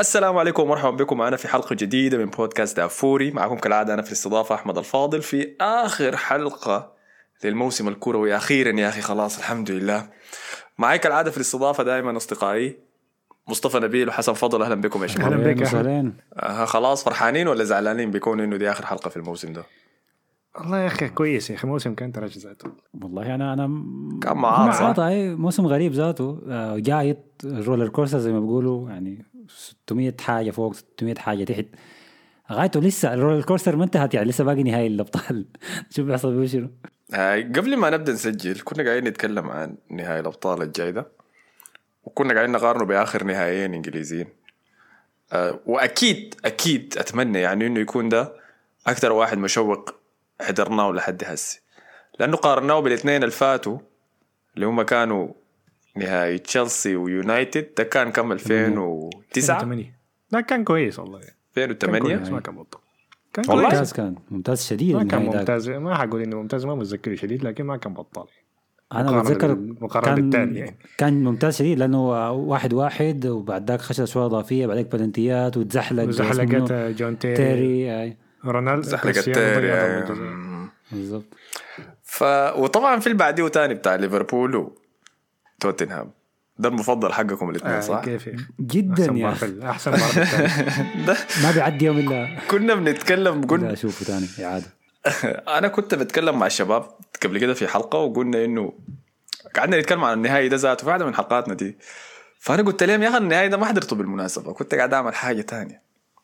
السلام عليكم ومرحبا بكم معنا في حلقة جديدة من بودكاست دافوري. معكم كالعادة أنا في الاستضافة أحمد الفاضل في آخر حلقة للموسم الكروي أخيرا يا أخي، خلاص الحمد لله. معي كالعادة في الاستضافة دائما أصدقائي مصطفى نبيل وحسن فضل. أهلا بكم يا شباب. أهلا بك يا أحمد. خلاص فرحانين ولا زعلانين بيكون إنه دي آخر حلقة في الموسم ده؟ والله يا أخي كويس يا أخي، موسم كان ترى ذاته. والله أنا كان معاصر موسم غريب ذاته، جايط رولر كوستر زي ما بيقولوا، يعني 600 حاجة فوق 600 حاجة تحت غايته. لسه الرولر كوستر ما انتهت، يعني لسه باقي نهاية الأبطال. شوف بيحصل بشنو. قبل ما نبدأ نسجل كنا قاعدين نتكلم عن نهاية الأبطال الجاي ده، وكنا قاعدين نقارنه بآخر نهائيين إنجليزيين. وأكيد أتمنى يعني إنه يكون ده أكتر واحد مشوق حضرناه لحد هسه، لأنه قارناه بالاثنين الفاتوا اللي هم كانوا نهائي تشيلسي ويونايتد. ده كان كم 2009. لا كان كويس والله. 2008 ما كان بطل. كان والله ممتاز، كان ممتاز شديد. ما كان ممتاز، ما حقول إنه ممتاز، ما متذكر شديد، لكن ما كان بطل. أنا بتذكر بالتالي يعني. كان ممتاز شديد، لأنه 1-1 وبعد ذاك خشت شوية إضافية، بعدك بلنتيات وزحلقت جون تيري رونالدو زحلقت تيري بالضبط. وطبعا في البعديه تاني بتاع ليفربول وتوتنهام، ده المفضل حقكم الاثنين صح؟ كيف جدا يا أحسن مرة ما بيعدي يوم إلا كنا بنتكلم قلنا أشوفه تاني إعادة. أنا كنت بتكلم مع الشباب قبل كده في حلقة وقلنا إنه قعدنا نتكلم عن النهائي ده ذاته في واحدة من حلقاتنا دي، فأنا قلت لهم يا أخي النهائي ده ما حضرته بالمناسبة، كنت قاعد أعمل حاجة تانية.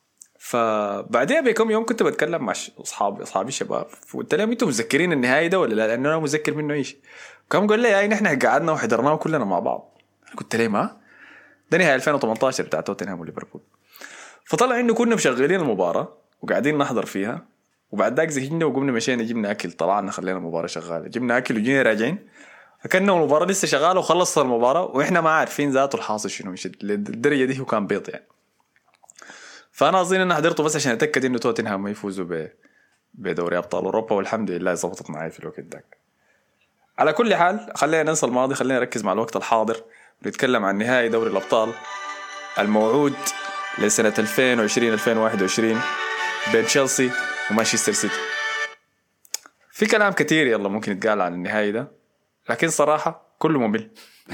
فبعدها بكم يوم كنت بتكلم مع أصحابي الشباب، وقلت لهم أنتم مذكرين النهائي ده ولا لا؟ لأنه أنا مذكر منه إيش. كم قال لي نحن قعدنا وحضرناه كلنا مع بعض. قلت لهم ده نهائي 2018 بتاع توتنهام وليفربول. فطلع إنه كنا مشغلين المباراة وقاعدين نحضر فيها، وبعد ذاك زهقنا وقمنا مشينا جبنا أكل، طلعنا خلينا المباراة شغالة، جبنا أكل وجينا راجعين فكنا المباراة لسه شغالة وخلصت المباراة وإحنا ما عارفين ذاته الحاصل شنو، مش الدرجة دي هو كان بيض يعني. فأنا أظن أن حضرته بس عشان أتأكد إنه توتنهام ما يفوزوا بدوري أبطال أوروبا، والحمد لله زبطت معي في الوقت داك. على كل حال خلينا ننسى الماضي، خلينا نركز مع الوقت الحاضر ونتكلم عن نهائي دوري الأبطال الموعود لسنة 2020-2021 بين تشيلسي ومانشستر سيتي. في كلام كتير يلا ممكن يتقال عن النهائي ده، لكن صراحة كله ممل.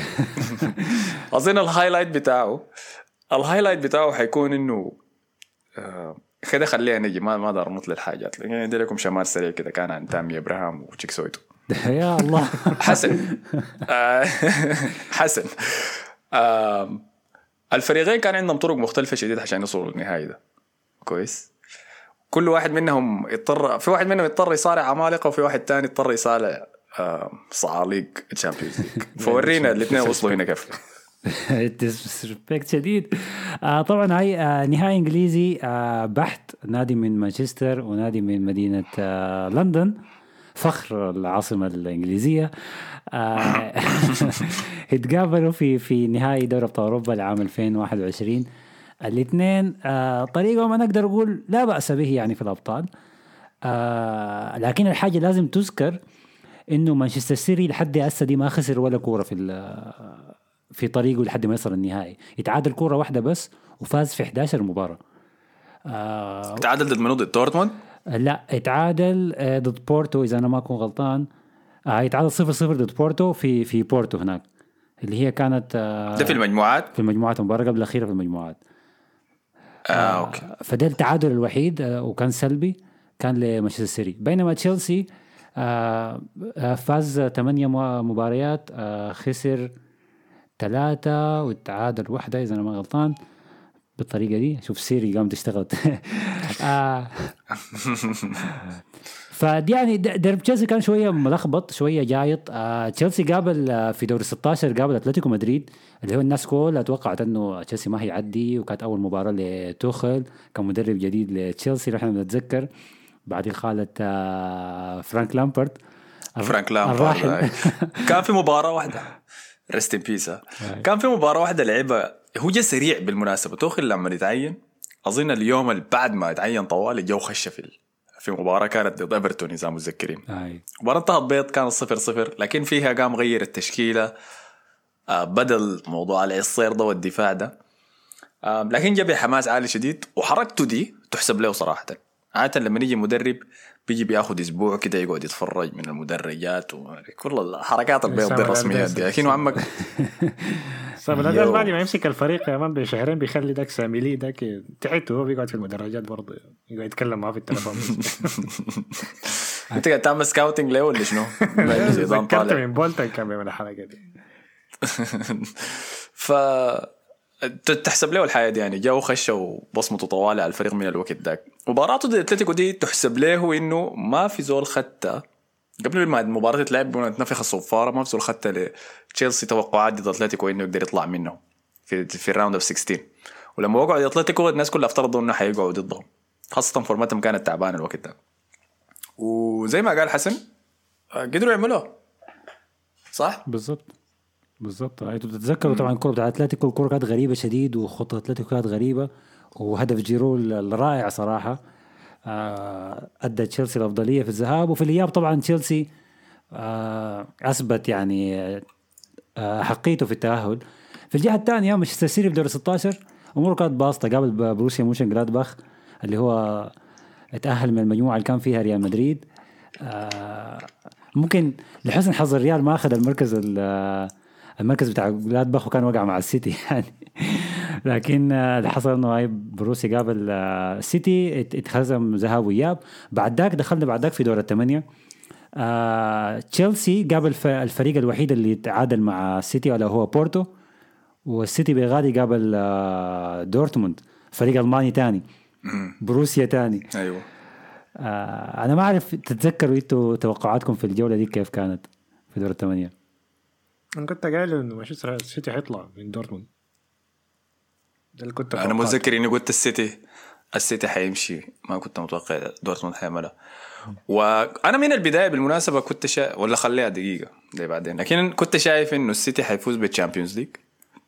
أظن الهايلايت بتاعه حيكون إنه كده خلينا نجي ما دار نطل الحاجات، يعني دي لكم شمال سريع كده كان عن تامي إبراهام وتشيك سويتو. يا الله. حسن الفريقين كان عندهم طرق مختلفة شديد عشان يوصلوا للنهائي ده. كويس، كل واحد منهم في واحد منهم يضطر يصارع عمالقة، وفي واحد تاني يضطر يصارع صعاليق الشامبيونز ليج. فورينا الاثنين وصلوا هنا كيف. ديسريسبكت شديد. طبعا هاي نهائي انجليزي بحت، نادي من مانشستر ونادي من مدينة لندن، فخر العاصمة الإنجليزية. اتقابلوا في نهائي دوري أبطال أوروبا لعام 2021. الاثنين طريقة ما نقدر أقول لا بأس به يعني في الأبطال، لكن الحاجة لازم تذكر إنه مانشستر سيتي لحد هسه دي ما خسر ولا كورة في طريقه لحد ما يصل النهائي. يتعادل كورة واحدة بس وفاز في 11 مباراة. تعادل ضد منو؟ ضد دورتموند؟ لا، اتعادل ضد بورتو إذا أنا ما أكون غلطان. يتعادل 0-0 ضد بورتو في بورتو هناك، اللي هي كانت ده في المجموعات المباراة قبل الأخيرة في المجموعات. أوكي. فده التعادل الوحيد وكان سلبي كان لمانشستر سيتي. بينما تشيلسي فاز 8 مباريات، خسر 3 وتعادل 1 إذا أنا ما غلطان بالطريقة دي. شوف سيري قام تشتغل. فدي يعني درب تشيلسي كان شوية ملخبط، شوية جايط. تشيلسي قابل في دور 16 قابل أتلتيكو مدريد، اللي هو الناس كلها توقعت أنه تشيلسي ما هيعدي، وكانت أول مباراة لتوخل كمدرب جديد لتشيلسي. نحن بنتذكر بعد خالة فرانك لامبرد الراحل. كان في مباراة واحدة رست ان بيسا، كان في مباراة واحدة لعبة هو جا سريع بالمناسبة. توخل لما يتعين أظن اليوم اللي بعد ما يتعين طوال الجو خش في مباراة كانت ضد ايفرتون إذا متذكرين. مباراة انتهت بيض، كان 0-0، لكن فيها قام غير التشكيلة، بدل موضوع العصير ده والدفاع ده. لكن جاب حماس عالي شديد، وحركته دي تحسب له صراحة. عادة لما يجي مدرب بيجي بياخد اسبوع كده يقعد يتفرج من المدرجات وكل الحركات البيض دي الرسميات دي، لكن عمك صار الأداء بعد ما يمسك الفريق كمان بشهرين بيخلي داك ساميلي داك تعبته، هو بيقعد في المدرجات برضه يقعد يتكلم معاه في التليفون. انت قاعد تعمل سكاوتنج ليه ولا شنو؟ ذكرت من بولتن كان بيعمل الحركة دي. ف تحسب له الحياة دي، يعني جاء وخش وبصمته طوالي على الفريق من الوقت داك. مباراته ضد اتلتيكو دي تحسب له انه ما في زول خدته قبل ما المباراة تلعب ونتنفخ الصفارة، ما في زول خدته لتشيلسي توقعات ضد اتلتيكو انه يقدر يطلع منه في الراوند اوف 16. ولما وقعوا ضد اتلتيكو الناس كلها افترضوا انه حيقعوا ضدهم، خاصة فورماتهم كانت تعبانة الوقت ده. وزي ما قال حسن قدروا يعملوه صح؟ بالضبط. انتوا بتتذكروا طبعا الكره بتاعت اتلتيكو، الكره كانت غريبه شديد وخطه اتلتيكو كانت غريبه، وهدف جيرو الرائع صراحه ادى تشيلسي الافضليه في الذهاب. وفي الاياب طبعا تشيلسي اثبت يعني حقيته في التاهل. في الجهه الثانيه مانشستر سيتي في دور 16 اموره كانت باسطه، قابل بروسيا موشن جلادباخ اللي هو اتاهل من المجموعه اللي كان فيها ريال مدريد. ممكن لحسن حظ الريال ما اخذ المركز بتاع جلادباخ وكان وقع مع السيتي يعني. لكن اللي حصل انه بروسيا قابل السيتي اتهزم ذهاب واياب. بعد ذاك دخلنا بعد ذاك في دور الثمانية. تشيلسي قابل الفريق الوحيد اللي تعادل مع السيتي اللي هو بورتو، والسيتي بغادي قابل دورتموند فريق الماني تاني، بروسيا تاني. ايوه انا ما اعرف تتذكروا انتوا توقعاتكم في الجوله دي كيف كانت في دور الثمانية؟ انا كنت قايل انه مانشستر سيتي حيطلع من دورتموند. انا متذكر اني قلت السيتي حيمشي، ما كنت متوقع دورتموند حيعملها. وانا من البدايه بالمناسبه كنت ولا خليها دقيقه زي بعدين، لكن كنت شايف انه السيتي حيفوز بالتشامبيونز ليج.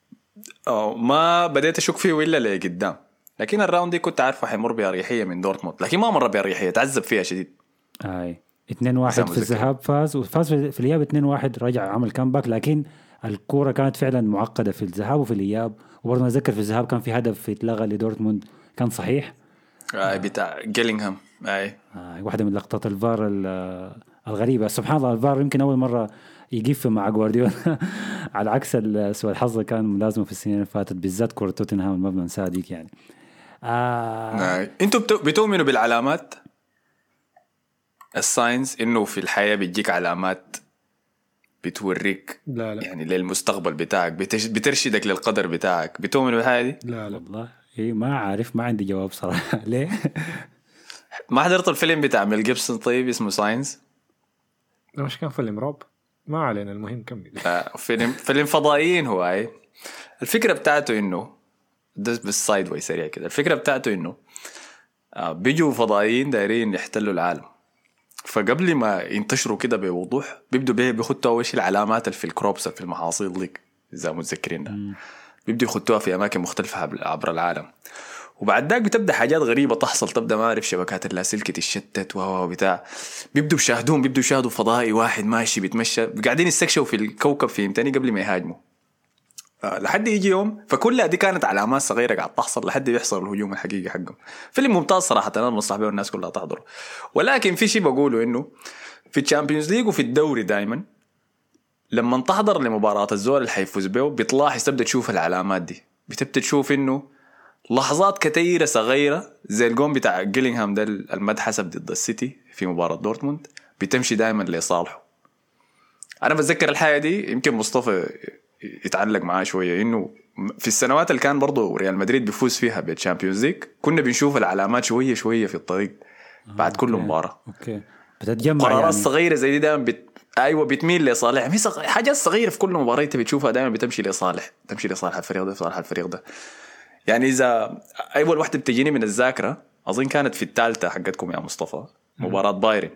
ما بديت اشك فيه الا لقدام، لكن الراوند دي كنت عارفه حيمر بأريحية من دورتموند، لكن ما مر بأريحية، تعذب فيها شديد. 2-1 في الذهاب فاز في الإياب 2-1 رجع عمل كامباك. لكن الكورة كانت فعلا معقدة في الذهاب وفي الإياب. وبرضه أذكر في الذهاب كان في هدف اتلغى لدورتموند كان صحيح بتاع جيلينغهام. واحدة من لقطات الفار الغريبة. سبحان الله الفار يمكن أول مرة يقف مع جوارديولا على عكس سوء الحظ كان ملازمه في السنين اللي فاتت، بالذات كرة توتنهام المبنى ساديك يعني. انتوا بتؤمنوا بالعلامات الساينز، انه في الحياة بيجيك علامات بتوريك لا. يعني للمستقبل بتاعك، بترشدك للقدر بتاعك، بتؤمنوا بهذه دي؟ لا والله ما عارف، ما عندي جواب صراحة. ليه؟ ما حضرت الفيلم بتاع ميل جيبسون طيب اسمه ساينز؟ مش كان فيلم رعب؟ ما علينا، المهم كمل. فيلم فضائيين هو. هاي الفكرة بتاعته انه ده بالسايد واي سريع كده. الفكرة بتاعته انه بيجوا فضائيين دايرين يحتلوا العالم، فقبل ما ينتشروا كده بوضوح بيبدوا بيخطوا اول شيء العلامات اللي في الكروبس في المحاصيل دي اذا متذكرينها، بيبدوا يخطوها في اماكن مختلفة عبر العالم. وبعد ذاك بتبدا حاجات غريبه تحصل، تبدا ما اعرف شبكات اللاسلكي تشتت وبتاع، بيبدوا يشاهدوا فضائي واحد ماشي بيتمشى، قاعدين يستكشفوا في الكوكب فهمتني قبل ما يهاجموا. لحد يجي يوم، فكلها دي كانت علامات صغيره قاعد تحصل لحد يحصل الهجوم الحقيقي حقهم. فيلم ممتاز صراحه، انا بنصح به والناس كلها تحضره. ولكن في شيء بقوله انه في الشامبيونز ليج وفي الدوري دائما لما تحضر لمباراه الزول اللي حيفوز به بتلاحظ تبدا تشوف العلامات دي، بتبدا تشوف انه لحظات كتيرة صغيرة زي الجون بتاع جيلينغهام ده المدحسب ضد السيتي في مباراة دورتموند بتمشي دائما لصالحه. أنا بتذكر الحاجة دي، يمكن مصطفى يتعلق معاه شوية، إنه في السنوات اللي كان برضو ريال مدريد بيفوز فيها بالشامبيونز ليج كنا بنشوف العلامات شوية شوية في الطريق بعد كل مباراة. بتتجمع قرارات يعني. صغيرة زي دي دائما أيوة بتميل لصالح. في حاجات صغيرة في كل مباراة أنت بتشوفها دائما بتمشي لصالح الفريق ده، صالح الفريق ده. يعني إذا أول واحدة بتجيني من الذاكرة أظن كانت في الثالثة حقتكم يا مصطفى، مباراة بايرن.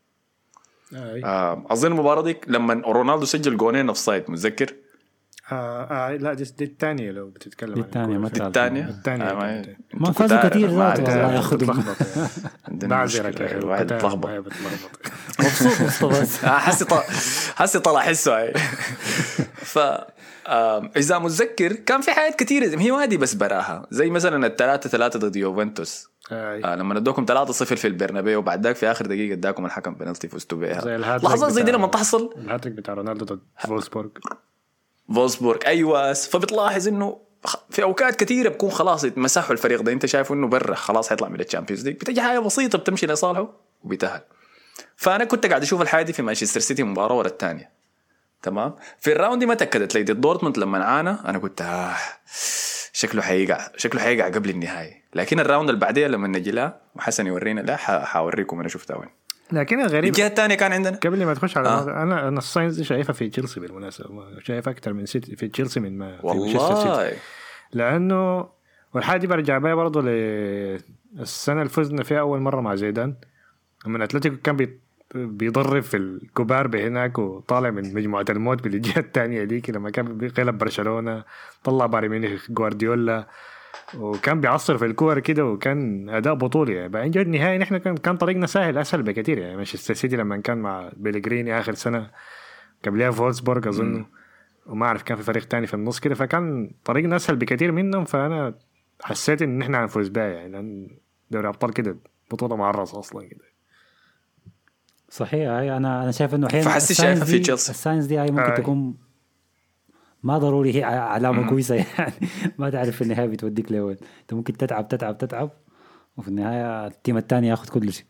أظن المباراة دي لما رونالدو سجل جونين أوف سايد، متذكر؟ لا دي الثانية لو بتتكلم عن الثانية، ما الثانية ما فازوا كتير ذات والله ياخذوا. بعذرك يا أخي، الواحد اتلخبط. مبسوط مصطفى. حسي طلع حسه. اذا متذكر كان في حاجات كثيره هي ما دي بس براها، زي مثلا 3-3 ضد يوفنتوس لما ندوكم 3-0 في البرنابيو وبعد ذاك في اخر دقيقه اداكم الحكم بنالتي فزتوا بيها. لحظات زي دي لما تحصل الهاتريك بتاع رونالدو ضد فولسبورغ ايوه، فبتلاحظ انه في اوقات كثيره بكون خلاص مسحوا الفريق ده، انت شايفه انه برا خلاص حيطلع من الشامبيونز ليج، بتجي حاجه بسيطه بتمشي لصالحه وبيتاهل. فانا كنت قاعد اشوف الحاجه دي في مانشستر سيتي مباراه ورا الثانيه، تمام. في الراوند دي ما تاكدت لي ضد دورتموند لما عانى، انا كنت شكله حيقع قبل النهايه، لكن الراوند اللي بعديها لما نجي لا وحسن يورينا لا حاوريكم انا شفتها وين. لكن الغريب الجهه الثانيه كان عندنا قبل ما تخش على انا الساينز دي شايفها في تشيلسي بالمناسبه، شايفها اكثر من سيتي في تشيلسي من ما في مانشستر سيتي، لانه والحاجه دي برجع بها برضه للسنه اللي فزنا فيها اول مره مع زيدان لما اتلتيكو كان بيضرب في الكبار بهناك وطالع من مجموعه الموت بالجهه الثانيه ديك، لما كان بيقلب برشلونه طلع بايرن ميونخ جوارديولا وكان بيعصر في الكور كده وكان اداء بطولي يعني. بعدين جاء النهائي نحن كان طريقنا سهل اسهل بكثير يعني. مانشستر سيتي لما كان مع بيلغريني اخر سنه قبلها فولسبورغ اظن وما اعرف كان في فريق تاني في النص كده، فكان طريقنا اسهل بكثير منهم، فانا حسيت ان احنا هنفوز بها يعني، لان دوري ابطال كده بطوله معرضه اصلا كده. صحيح. انا شايف انه احيانا فحسي شايفه في تشيلسي الساينس دي ممكن تكون ما ضروري هي علامه كويسه يعني. ما تعرف في النهايه بتوديك لوين، انت ممكن تتعب وفي النهايه التيم الثاني ياخذ كل شيء.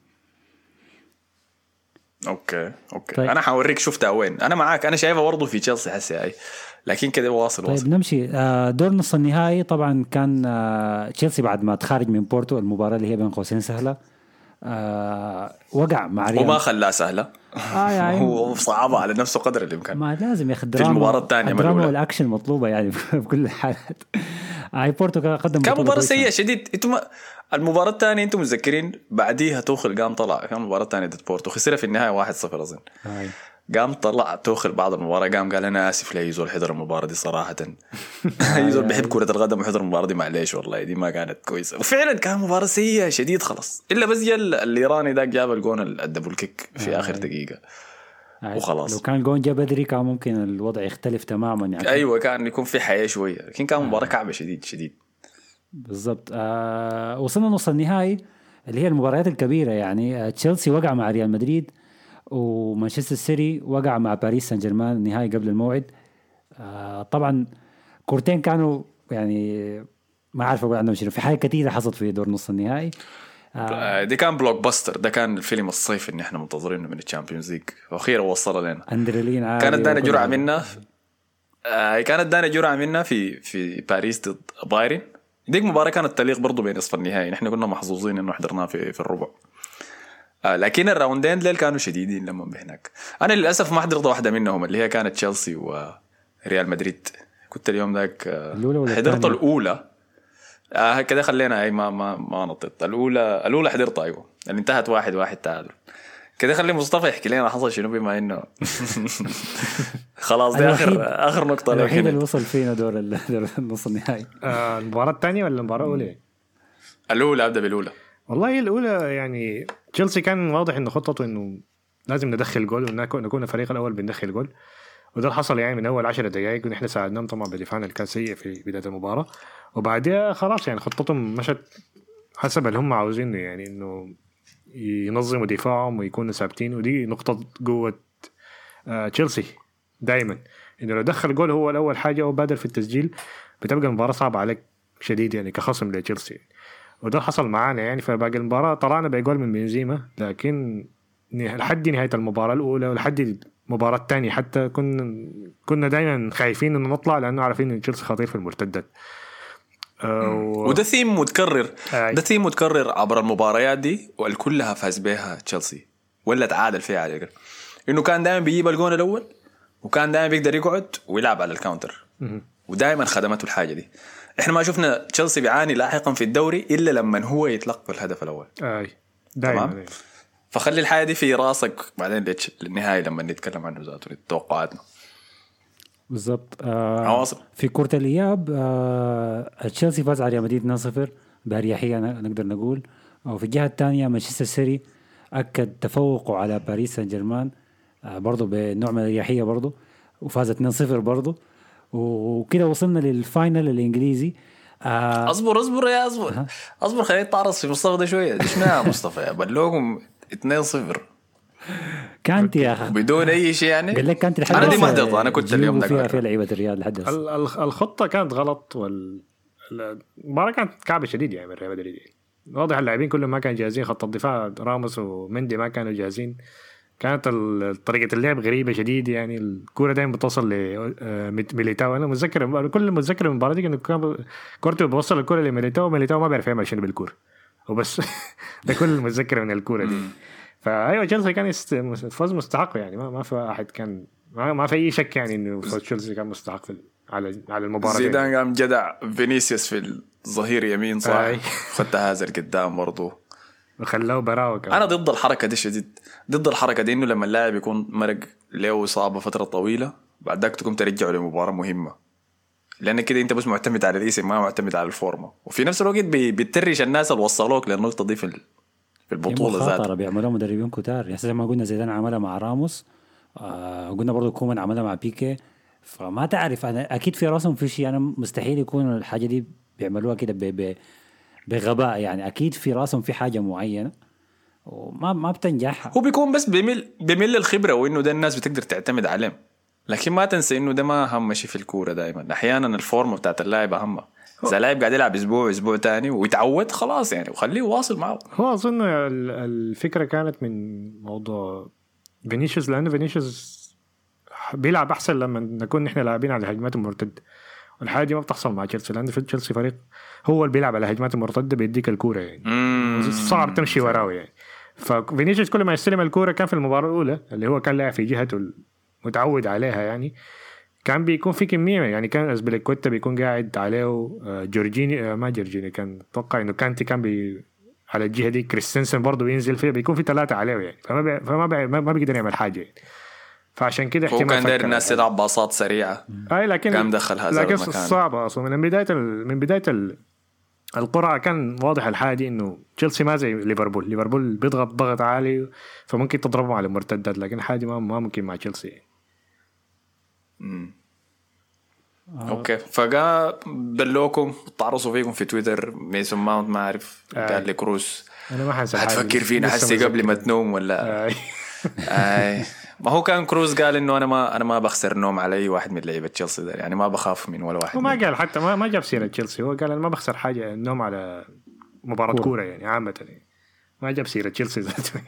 اوكي طيب. انا حوريك شفتها وين، انا معاك، انا شايفها برضه في تشيلسي حسي هاي، لكن كده واصل. طيب نمشي دور نص النهائي. طبعا كان تشيلسي بعد ما تخارج من بورتو، المباراه اللي هي بين قوسين سهله، وقع مع ريال وما خلاها سهله يعني هو صعبها على نفسه قدر الامكان. ما لازم ياخذ في المباراه الثانيه الدراما والاكشن مطلوبه يعني في كل الحالات. بورتو قدم كان مباراه سيئه شديد. انتم المباراه الثانيه انتم متذكرين بعديها توخل قام طلع، كان المباراه الثانيه ضد بورتو خسر في النهايه 1-0 اظن. قام طلع توخل بعد المباراه قال انا اسف لا يزول حضر المباراه دي صراحه يزول بحب كره القدم وحضر المباراه دي معليش والله دي ما كانت كويسه، وفعلا كان مباراه سيئه شديد خلص، الا بس الايراني ده جاب الجون الدبل كيك في اخر دقيقه وخلاص. لو كان الجون جاب بدري كان ممكن الوضع يختلف تماما يعني. ايوه كان يكون في حياه شويه، لكن كان مباراه كعبه شديد بالضبط. وصلنا نص النهائي اللي هي المباريات الكبيره يعني. تشيلسي وقع مع ريال مدريد، ومانشستر سيتي وقع مع باريس سان جيرمان النهائي قبل الموعد. طبعا كورتين كانوا يعني ما عارف اقول عنهم شنو، في حاجه كثيره حصلت في دور نص النهائي. دي كان بلوك باستر، ده كان الفيلم الصيفي اللي احنا منتظرينه من الشامبيونز ليج، واخيرا وصل لنا. اندرلين كانت دانا جرعه منا في باريس ضد بايرن. ديك مباراه كانت تليق برضو بين نصف النهائي، نحن كنا محظوظين انه حضرناه في الربع. لكن الراوندين ديل كانوا شديدين لما بهناك. انا للاسف ما حضرت واحده منهم اللي هي كانت تشيلسي وريال مدريد. كنت اليوم ذاك حضرت الاولى كده خلينا اي ما نطيت الاولى حضرتها ايوه اللي انتهت 1-1 تعادل كده. خلي مصطفى يحكي لنا حصل شنو بما انه خلاص دي اخر نقطه الوحيد اللي وصل فينا دور النص النهائي. المباراه الثانيه ولا المباراه الاولى؟ الاولى. ابدا بالاولى. والله الاولى يعني تشيلسي كان واضح انه خطته انه لازم ندخل جول ونكون الفريق الاول بندخل جول، وده حصل يعني من اول 10 دقائق، ونحن ساعدناهم طبعا بدفاعنا اللي كان سيء في بدايه المباراه، وبعدها خلاص يعني خطتهم مشت حسب اللي هم عاوزينه، يعني انه ينظموا دفاعهم ويكونوا ثابتين. ودي نقطه قوه تشيلسي دائما، انه لو دخل جول هو الاول حاجه او بادر في التسجيل بتبقى المباراه صعبه عليك شديد يعني كخصم لتشيلسي، وده حصل معانا يعني. فباقي المباراه طلعنا بجول من بنزيما، لكن لحد نهايه المباراه الاولى ولحد المباراه الثانيه حتى كنا دائما خايفين انه نطلع، لانه عارفين ان تشيلسي خطير في المرتدات. وده ثيم متكرر ده ثيم متكرر عبر المباريات دي، والكلها فاز بها تشيلسي ولا تعادل فيها على الأقل، انه كان دائما بيجيب الجون الاول وكان دائما بيقدر يقعد ويلعب على الكاونتر، ودائما خدمته الحاجه دي. احنا ما شفنا تشيلسي بيعاني لاحقا في الدوري الا لما هو يتلقى الهدف الاول دائما. فخلي الحاجه دي في راسك بعدين للنهايه لما نتكلم عنه ذاته توقعاتنا بالضبط. في كرة الإياب تشيلسي فاز على ريال مدريد 2-0 بأريحية نقدر نقول. وفي الجهة الثانية مانشستر سيتي أكد تفوقه على باريس سان جيرمان برضو بنوع من الأريحية برضو، وفاز 2-0 برضو. وكده وصلنا للفاينل الانجليزي. اصبر يا اصبر خليني اتعرض في مصطفى ده شويه. ايش يا مصطفى بلوكم 2-0 كانت يا اخي بدون اي شيء يعني. قال لك كانت انا دي محدثه. انا كنت اليوم ده فيها لعيبه الريال لحد الخطه كانت غلط المباراه كانت كعبه شديد يعني من ريال مدريد. واضح اللاعبين كلهم ما كانوا جاهزين. خط الدفاع راموس ومندي ما كانوا جاهزين. كانت طريقه اللعب غريبه شديد يعني. الكوره دائما بتوصل لميليتاو. انا كل متذكر المباراه دي انه كان كورته بيوصل الكوره لميليتاو ما بيعرف يعمل شنو بالكوره وبس. ده كل متذكر من الكوره دي. فايوه تشيلسي كان فوز مستحق يعني. ما في واحد كان ما في اي شك يعني انه فوز تشيلسي كان مستحق على المباراه. زيدان قام جدع فينيسيوس في الظهير يمين صح. خدت هازر قدام برضو وخلاه براوة كمان. انا ضد الحركه دي شديد. ضد الحركه دي انه لما اللاعب يكون مرق له اصابه فتره طويله بعد ذاك تقوم ترجعه لمباراه مهمه. لان كده انت بس معتمد على الاسم ما معتمد على الفورمه. وفي نفس الوقت بيترش الناس اللي وصلوك للنقطه دي في البطوله ذاتها. بيعملوها مدربين كتار يعني. زي ما قلنا زيدان عملها مع راموس. قلنا برضو كومان عملها مع بيكي. فما تعرف أنا أكيد في راسهم في شيء. أنا مستحيل يكون الحاجة دي بيعملوها كده بغباء يعني. أكيد في راسهم في حاجة معينة وما بتنجح. هو بيكون بس بيمل الخبرة وإنه ده الناس بتقدر تعتمد عليه. لكن ما تنسى إنه ده ما أهم شيء في الكورة. دائما أحيانا الفورمة بتاعت اللاعب أهم. إذا لاعب قاعد يلعب أسبوع تاني ويتعود خلاص يعني وخليه يواصل معه. هو أظن الفكرة كانت من موضوع فينيسيوس. لأنه فينيسيوس بيلعب أحسن لما نكون نحن لاعبين على الهجمات المرتدة. والحاجة دي ما بتحصل مع تشيلسي. لأن في تشيلسي فريق هو اللي بيلعب على الهجمات المرتدة بيديك الكورة يعني. صعب تمشي وراه يعني. ففينيسيوس كل ما يستلم الكورة كان في المباراة الأولى اللي هو كان لاعب في جهته المتعود عليها يعني كان بيكون في كمية يعني. كان أسبليكويتا بيكون قاعد عليه جورجيني كان توقع إنه كانتي كان على الجهة دي. كريستنسن برضو بينزل فيها بيكون في 3 عليه يعني. فما بيقدر يعمل حاجة يعني. فعشان كده هو كان داير الناس تلعب باصات سريعة. لكن كان دخل هذا لكن المكان. صعبة أصلا من بداية القرعة كان واضح الحاجة إنه تشيلسي ما زي ليفربول بيضغط ضغط عالي فممكن تضربهم على المرتدات. لكن حاجة ما ممكن مع تشيلسي. اوكي فقا بلوكم تعرصوا فيكم في تويتر ميسون ماونت ما اعرف قال لي كروس انا ما حنسى هتفكر فينا حسي قبل ما تنوم ولا ما هو كان كروز قال انه انا ما بخسر نوم على اي واحد من لعيبه تشيلسي ده يعني. ما بخاف من ولا واحد. وما قال حتى ما جاب سيره تشيلسي. هو قال انا ما بخسر حاجه النوم على مباراه كوره يعني عامه يعني. ما جاب سيره تشيلسي ذاته.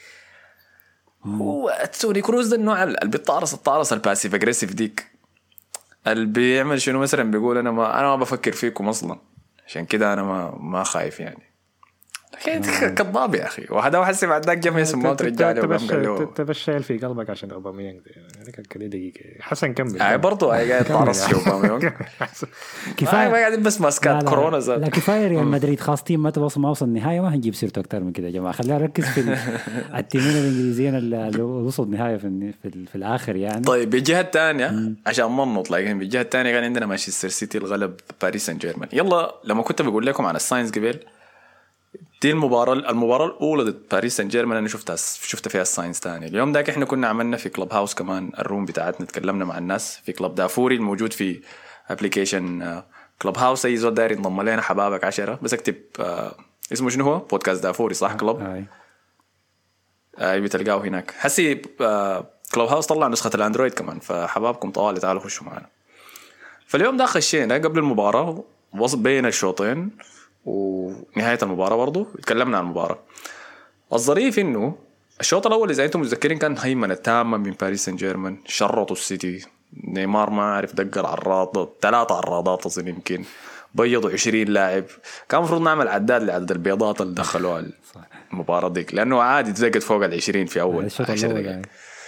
هو توني كروز ده النوع اللي بيتعرص الباسيف اجريسيف ديك اللي بيعمل شنو مثلا بيقول انا ما بفكر فيكم اصلا عشان كده انا ما خايف يعني. كذاب يا اخي. وهذا واحد بعد ذاك جمع اسمه ما ترجع له وقال له تبشر في قلبك عشان اوباميانغ يعني. كان دقيقه حسن كمل. برضه قاعد يتعرص في اوباميانغ. كفايه ما قاعدين بس ماسكات كورونا زاد. لا كفايه ريال مدريد خاص تيم ما وصل النهايه. ما هنجيب سيرته اكثر من كده يا جماعه. خلينا نركز في التيمين الانجليزيين اللي وصلوا النهايه في الاخر يعني. طيب بالجهه الثانيه عشان ما نطلع يعني بالجهه الثانيه كان عندنا مانشستر سيتي الغلب باريس سان جيرمان. يلا لما كنت بقول لكم عن الساينس قبل دي المباراة الأولى ضد باريس سان جيرمان أنا شفت فيها الساينس تاني. اليوم داك إحنا كنا عملنا في كلوب هاوس كمان الروم بتاعتنا تكلمنا مع الناس في كلوب دافوري الموجود في أبليكيشن كلوب هاوس. أي زود داري انضم لنا حبابك 10 بس اكتب اسمه شنو هو بودكاست دافوري صح كلوب بتلقاه هناك. حسي كلوب هاوس طلع نسخة الأندرويد كمان فحبابكم طوالي تعالوا خشوا معنا. فاليوم ده خشينا قبل المباراة وسط بين الشوطين ونهاية المباراة برضو اتكلمنا عن المباراة. الظريف انه الشوط الاول اذا انتم متذكرين كان هيمنة تامة من باريس سان جيرمان. شرطوا السيتي. نيمار ما عارف دق العراض 3 عراضات اظن يمكن بيضوا 20 لاعب. كان المفروض نعمل عداد لعدد البيضات اللي دخلوها المباراة ديك لانه عادي تزقت فوق 20 في اول 10 دقائق.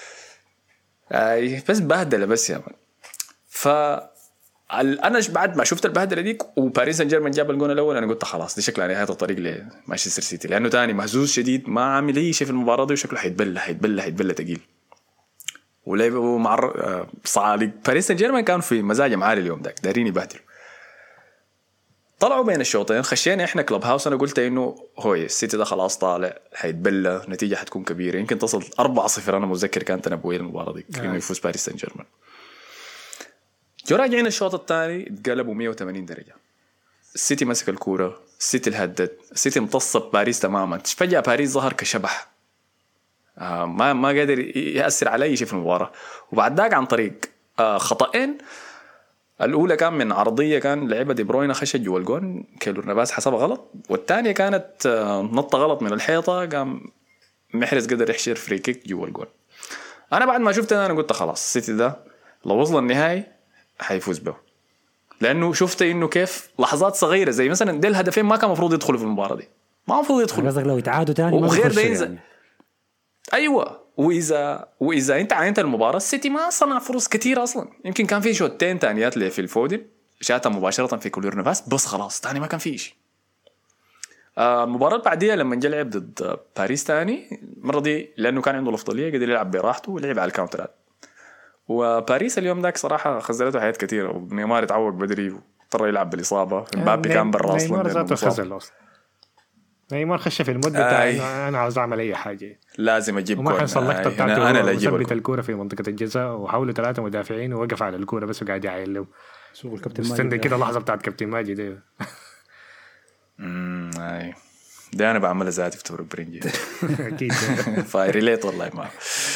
بس بهدلة بس يا من. انا بعد ما شفت البهدله ديك وباريس سان جيرمان جاب الجون الاول انا قلت خلاص دي شكلها نهايه الطريق لمانشستر سيتي لانه تاني مهزوز شديد ما عامل اي شيء في المباراه دي وشكله حيتبلى ثقيل. ولعبوا مع صالح باريس سان جيرمان كانوا في مزاجهم عالي اليوم داك دارين يبهدلوا. طلعوا بين الشوطين خشينا احنا كلوب هاوس. انا قلت انه هو السيتي ده خلاص طالع حيتبلى نتيجه حتكون كبيره يمكن تصل 4-0. انا متذكر كانت تنبؤيه المباراه دي انه يفوز باريس سان جيرمان. جو راجعين الشوط الثاني اتقلبوا 180 درجة. السيتي مسك الكورة، السيتي الهدد، السيتي امتص باريس تماما. فجأة باريس ظهر كشبح، ما قادر يأثر على أي شيء في المباراة. وبعد ذاك عن طريق خطأين، الأولى كان من عرضية كان لعبة دي بروين خشت جوا الجون كيلور نافاس حسبها غلط، والثانية كانت نطة غلط من الحيطة قام محرز قدر يحشر فري كيك جوا الجون. أنا بعد ما شفت أنا قلت خلاص السيتي ده لو وصل النهائي حيفوز به، لأنه شفت إنه كيف لحظات صغيرة زي مثلا دي الهدفين ما كان مفروض يدخلوا في المباراة دي، ما مفروض يدخلوا. قصدك لو يتعادوا تاني وغير ده ينزل يعني. أيوة، وإذا أنت عينت المباراة السيتي ما صنع فرص كتير أصلا. يمكن كان في شوتين تانيات اللي في الفودن شاتها مباشرة في كولور نفاس بس خلاص تاني ما كان فيش. المباراة بعديها لما جا لعب ضد باريس تاني المرة دي لأنه كان عنده الأفضلية قدر يلعب براحته ولعب على الكاونترات. وباريس اليوم ذاك صراحة خزلته حاجات كتيرة، ونيمار اتعوق بدري واضطر يلعب بالإصابة. مبابي كان برا أصلا. نيمار ذاته خزل أصلا. نيمار خش في المدة بتاع أنا عاوز أعمل أي حاجة لازم أجيب وما حصل اللقطة بتاعته. أنا وثبت الكورة في منطقة الجزاء وحاولوا 3 مدافعين ووقف على الكورة بس وقاعد يعيل له. شوف الكابتن ماجد استنى كده لحظة بتاعت كابتن ماجد دي. أي ده أنا بعمل ذاتي في تورك برينجي. أكيد. فايريليت والله ما.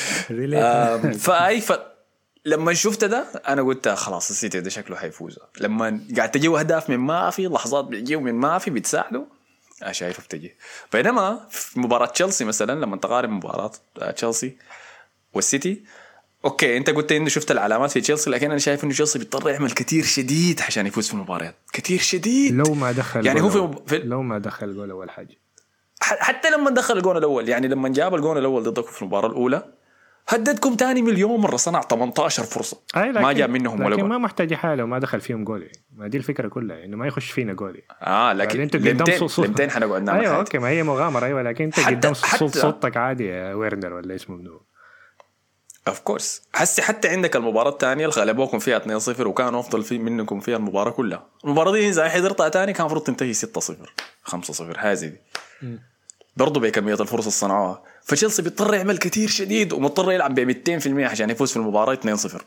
فأي لما شفت ده أنا قلت خلاص السيتي ده شكله حيفوز. لما قاعد تجيو أهداف من ما في لحظات بيجيو من ما في بتساعدوا شايفه بتجي. بينما في مباراة تشيلسي مثلا لما تقارن مباراة تشيلسي والسيتي، اوكي انت قلت انه شفت العلامات في تشيلسي، لكن انا شايف انه تشيلسي بيضطر يعمل كتير شديد عشان يفوز في المباريات كتير شديد. لو ما دخل يعني هو لو ما دخل جول اول حاجه، حتى لما دخل الجون الاول، يعني لما جاب الجون الاول ضدكم في المباراة الاولى هددكم تاني مليون مرة، صنع 18 فرصة ما جاب منهم ولا جول. لكن ما محتاج حاله وما دخل فيهم جول. ما دي الفكرة كلها انه ما يخش فينا جول. لكن انت لمتين حنقعد نعمل ايوه اوكي ما هي مغامرة. ايوه لكن انت قدام صوتك عادي يا ويرنر ولا اسمه منو. اوف كورس حتى عندك المباراة الثانية اللي غلبوكم فيها 2-0 وكانوا افضل منكم فيها المباراة كلها. المباراة دي اذا حضرتها ثاني كان المفروض تنتهي 6-0 5-0 هذه دي برضو بكمية الفرص الصنعوها. فتشيلسي بيضطر يعمل كتير شديد ومضطر يلعب ب 200% عشان يفوز في المباراة 2-0.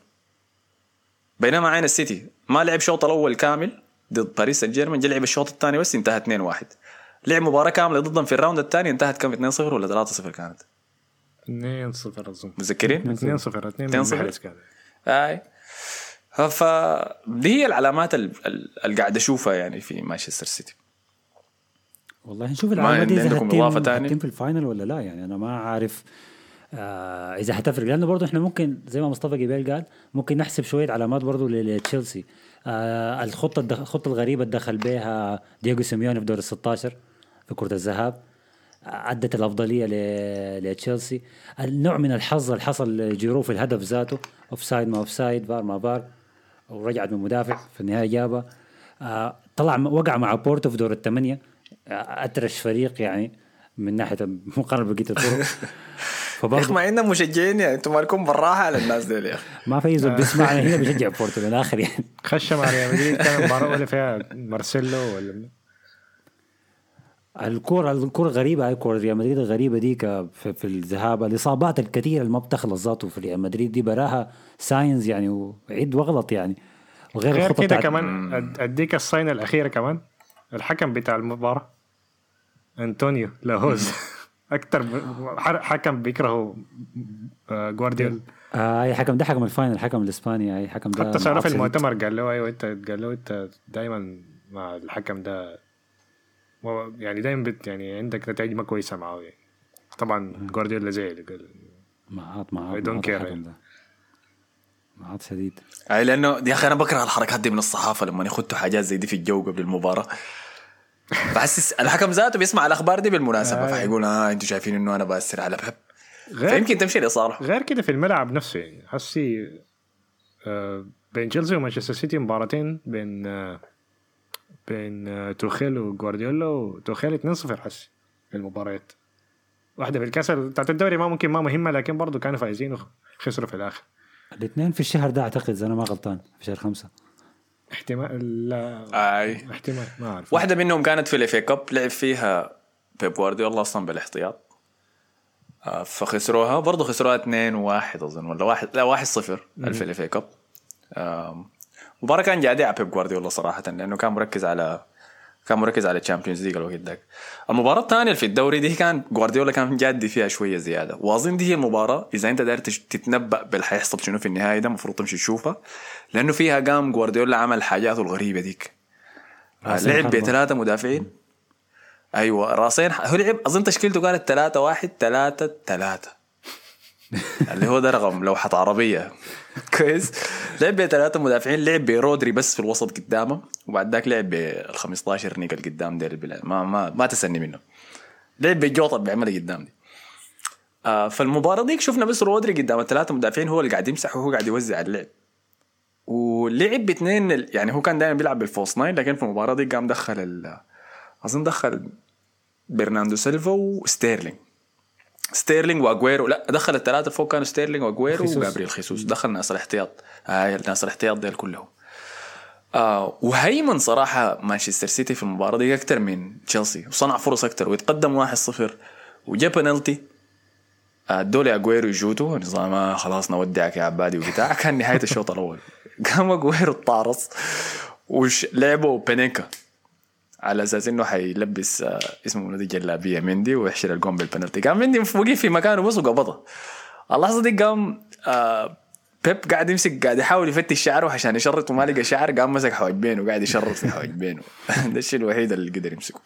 بينما عين السيتي ما لعب شوط الأول كامل ضد باريس سان جيرمان، جا لعب الشوط الثاني بس انتهى 2-1. لعب مباراة كاملة ضدهم في الراوند الثاني انتهت كم 2-0 ولا 3-0 كانت 2-0 أظن. متذكرين 2-0 2-0 كانت. فدي هي العلامات اللي قاعد أشوفها يعني في مانشستر سيتي. والله نشوف العلامات دي إذا هتتم في الفاينل ولا لا. يعني أنا ما عارف إذا هتفرق، لأنه برضو إحنا ممكن زي ما مصطفى جبال قال ممكن نحسب شوية علامات برضو لتشيلسي. الخطة الغريبة دخل بها دييغو سيميوني في دور ال16 في كرة الذهاب أدت الأفضلية لتشيلسي. النوع من الحظ اللي حصل جيرو في الهدف ذاته، أوفسايد ما أوفسايد، فار ما فار، ورجعت من مدافع في النهاية جابه. طلع وقع مع بورتو في دور ال8، أترش فريق يعني من ناحية مقارنة بقية الفرق. فبرضه ما عندنا مشجعين يعني انتم مالكم بالراحة على الناس دي يا اخي. ما في زول بيسمعنا هنا بيشجع بورتو للآخر يعني. خش مع ريال مدريد كان مباراة ولا فيها مارسيلو ولا الكرة غريبة. هاي كرة ريال مدريد الغريبة دي في الذهاب، الإصابات الكثيرة اللي ما بتخلص ذاته في ريال مدريد دي براها ساينز يعني وعيد وغلط يعني. وغير كده كمان أديك الصين الأخيرة كمان الحكم بتاع المباراة أنطونيو لاهوز أكتر حكم بيكرهه جوارديولا. أي حكم ده حكم الفاينل، الحكم الإسباني. أي حكم ده حتى صار في المؤتمر قال له أيوة أنت دايما مع الحكم ده يعني دايما يعني عندك نتائج ما كويسة معه يعني. طبعا جوارديولا زي اللي قال معاط شديد. أي لأنه يا أخي أنا بكره الحركات دي من الصحافة لما يخطوا حاجات زي دي في الجو قبل المباراة. بحس الحكم ذاته بيسمع الأخبار دي بالمناسبة فيقول أنتوا شايفين إنه أنا بأثر على بحب، فيمكن تمشي لصالح. غير كده في الملعب نفسه يعني حسي بين تشيلسي ومانشستر سيتي مباراتين بين توخيل وغوارديولا، وتوخيل 2-0 حسي في المباريات. واحدة في الكاس بتاعت الدوري ما مهمة لكن برضو كانوا فايزين وخسروا في الآخر. الاثنين في الشهر ده أعتقد أنا ما غلطان في شهر 5 احتمال. لا احتمال ما أعرف. واحدة منهم كانت في الإف إيه كاب لعب فيها بيب جوارديولا أصلا بالاحتياط فخسروها برضو 2-1 أظن ولا 1-0 في الإف إيه كاب. مباراة كان جادي على بيب جوارديولا صراحة لأنه كان مركز على الشامبيونز ليج الوقت ذاك. المباراة الثانية في الدوري دي كان جوارديولا كان جادي فيها شوية زيادة، وأظن دي هي المباراة إذا أنت داير تتنبأ باللي حيحصل شنو في النهاية ده مفروض تمشي تشوفها، لأنه فيها قام جوارديولا عمل حاجاته الغريبة ديك. لعب ب3 مدافعين، أيوة راسين. هو لعب أظن تشكيلته كانت 3-1-3-3 اللي هو ده رقم لوحة عربية كويس. لعب ب3 مدافعين، لعب برودري بس في الوسط قدامه، وبعد ذاك لعب بال15 نيجل قدام دير البلاد، ما تسني منه. لعب بجوطة بيعمل قدام دي. فالمباراة ديك شفنا بس رودري قدام ال3 مدافعين هو اللي قاعد يمسح وهو قاعد يوزع اللعب، ولعب باثنين. يعني هو كان دائما بيلعب بالفوس ناين، لكن في المباراة دي قام أظن دخل برناردو سيلفا ستيرلينج واغويرو. لا دخل ال3 فوق كانوا ستيرلينج واغويرو وجابريل خيسوس. دخل ناس الاحتياط، ناس الاحتياط ديل كلهم. وهيمن صراحة مانشستر سيتي في المباراة دي أكتر من تشيلسي، وصنع فرص أكتر ويتقدم 1-0 وجاب بنالتي. دولي أغويرو يجوتو نظام خلاص نودعك يا عبادي وبتاع. كان نهاية الشوط الأول قام أغويرو الطارص ولعبوا بينيكا على أساس إنه حيلبس اسمه منو دي جلابية مندي ويحشر الجون بالبنالتي. قام مندي وقف في مكانه بس وقبضه. اللحظة دي قام بيب قاعد يمسك قاعد يحاول يفتش شعره عشان يشرط وما لقى شعر، قام مسك حواجبينه وقاعد يشرط في حواجبينه. ده الشيء الوحيد اللي قدر يمسكه.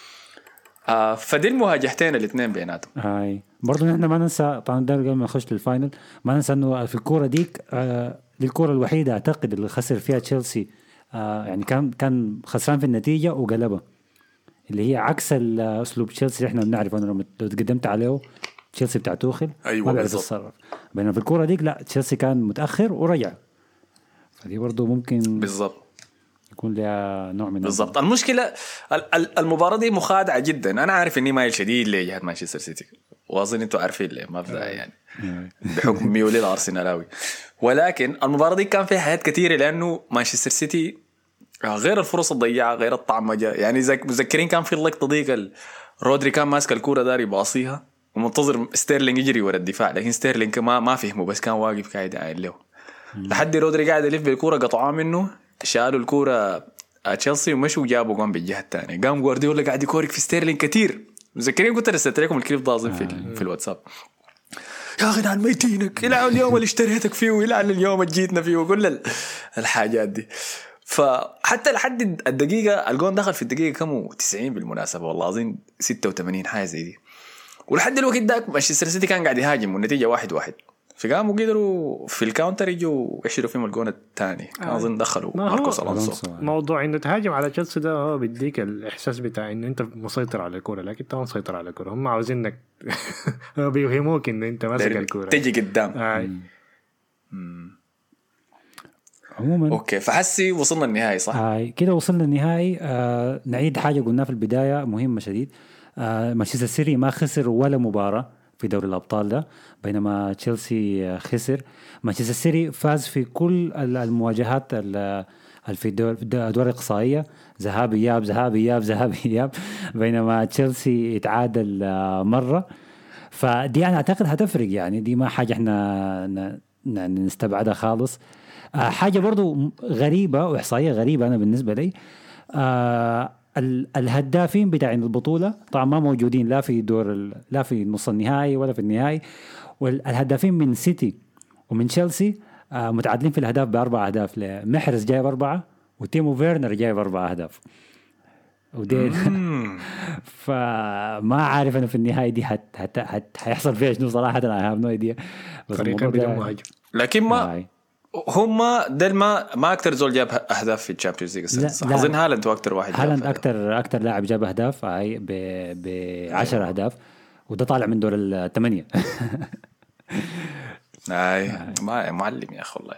فدي المواجهتين الاثنين بيناتهم. هاي برضو نحن ما ننسى طبعا ده قبل ما نخش للفاينل ما ننسى انه في الكورة ديك دي الكورة الوحيدة اعتقد اللي خسر فيها تشيلسي. يعني كان خسران في النتيجة وقلبها، اللي هي عكس الاسلوب تشيلسي احنا بنعرف. انا لو تقدمت عليه تشيلسي بتاع توخل ما بيعرف يتصرف، بينما في الكورة ديك لا تشيلسي كان متأخر ورجع، فدي برضو ممكن بالضبط يكون لها نوع من بالضبط. المشكلة المباراة دي مخادعة جدا. أنا عارف إني مايل شديد لجهة مانشستر سيتي، وأظن أنتوا عارفين ليه ما بدأ يعني بحكم ميولي الأرسنالاوي، ولكن المباراة دي كان فيها حاجات كثيرة لأنه مانشستر سيتي غير الفرص الضيعة غير الطعمجة. يعني مذكرين كان في اللقطة ديك رودري كان ماسك الكورة داري باصيها ومنتظر ستيرلينج يجري ورا الدفاع، لكن ستيرلينج ما فهمه بس كان واقف قاعد عاين له لحد رودري قاعد يلف بالكورة قطعها منه، شالوا الكورة تشيلسي ومشوا جابوا جون بالجهة الثانية. قام جوارديولا قاعد يكورك في ستيرلينج كثير. مذكرين كنت رسلت لكم الكليب ضازم في الواتساب، يا أخي عن ميتينك إلى اليوم اللي اشتريتك فيه وإلى عن اليوم اللي جيتنا فيه وكل الحاجات دي. فحتى لحد الدقيقة الجون دخل في الدقيقة كم 90 بالمناسبة والله أظن 86 حاجة زي دي، ولحد الوقت ده مانشستر سيتي كان قاعد يهاجم والنتيجة 1-1. فقاموا قدروا في الكاونتر يجوا يحشروا فيهم الجون الثاني. كان أظن دخلوا ماركوس ألونسو. موضوع إنه تهاجم على تشيلسي ده هو بيديك الإحساس بتاع إنه أنت مسيطر على الكرة، لكن أنت ما مسيطر على الكرة. هم عاوزينك بيوهموك إنه أنت ماسك الكرة تيجي قدام. عموما اوكي فحسي وصلنا النهائي صح؟ كده وصلنا النهائي. نعيد حاجة قلناها في البداية مهمة شديد. مانشستر سيتي ما خسر ولا مباراة في دوري الأبطال ده، بينما تشيلسي خسر. مانشستر سيتي فاز في كل المواجهات في الأدوار الإقصائية، ذهاب إياب ذهاب إياب ذهاب إياب، بينما تشيلسي يتعادل مرة. فدي أنا أعتقد هتفرق، يعني دي ما حاجة احنا نستبعدها خالص. حاجة برضو غريبة وإحصائية غريبة أنا بالنسبة لي، الهدافين بتاع البطولة طبعا ما موجودين لا في لا في نص النهائي ولا في النهائي، والهدافين من سيتي ومن تشيلسي متعادلين في الأهداف ب4 أهداف. محرز جايب 4 وتيمو فيرنر جايب 4 أهداف ودين. فما عارف أنا في النهائي دي هيحصل فيها شنو صراحة. أنا have no idea. فريقين بدون مهاجم، لكن ما هم دل ما اكثر زول جاب اهداف في الشامبيونز ليج السنه. اظن هالاند اكثر واحد. هالاند اكثر لاعب جاب اهداف هاي ب 10 اهداف، وده طالع من دور الثمانية. ما معلم يا اخي والله.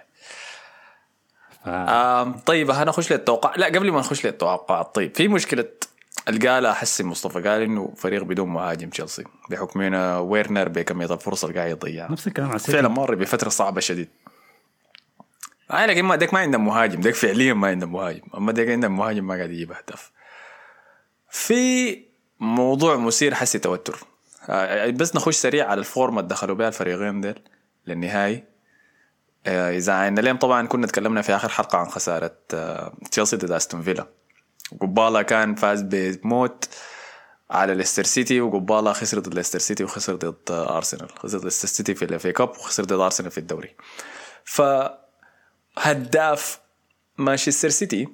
طيب انا اخش للتوقع. لا قبل ما نخش للتوقع، طيب في مشكله القالة حسن مصطفى قال انه فريق بدون مهاجم تشيلسي بحكم ويرنر بكميه الفرص اللي قاعد يضيعها. نفس الكلام فعلا مر بفتره صعبه شديد. لكن ما ديك ما عندنا مهاجم، ديك فعليا ما عندنا مهاجم. اما ديك عندنا مهاجم ما قاعد يجيب اهداف. في موضوع مثير حسي توتر. بس نخش سريع على الفورمة دخلوا بها الفريقين ديل للنهائي. اذا عينا لهم طبعا كنا تكلمنا في اخر حلقه عن خساره تشيلسي ضد استون فيلا. قبالة كان فاز بموت على ليستر سيتي، وقبالة خسر ضد ليستر سيتي وخسر ضد أرسنال، خسر ضد ليستر سيتي في الFA كاب وخسر ضد أرسنال في الدوري. فهداف مانشستر سيتي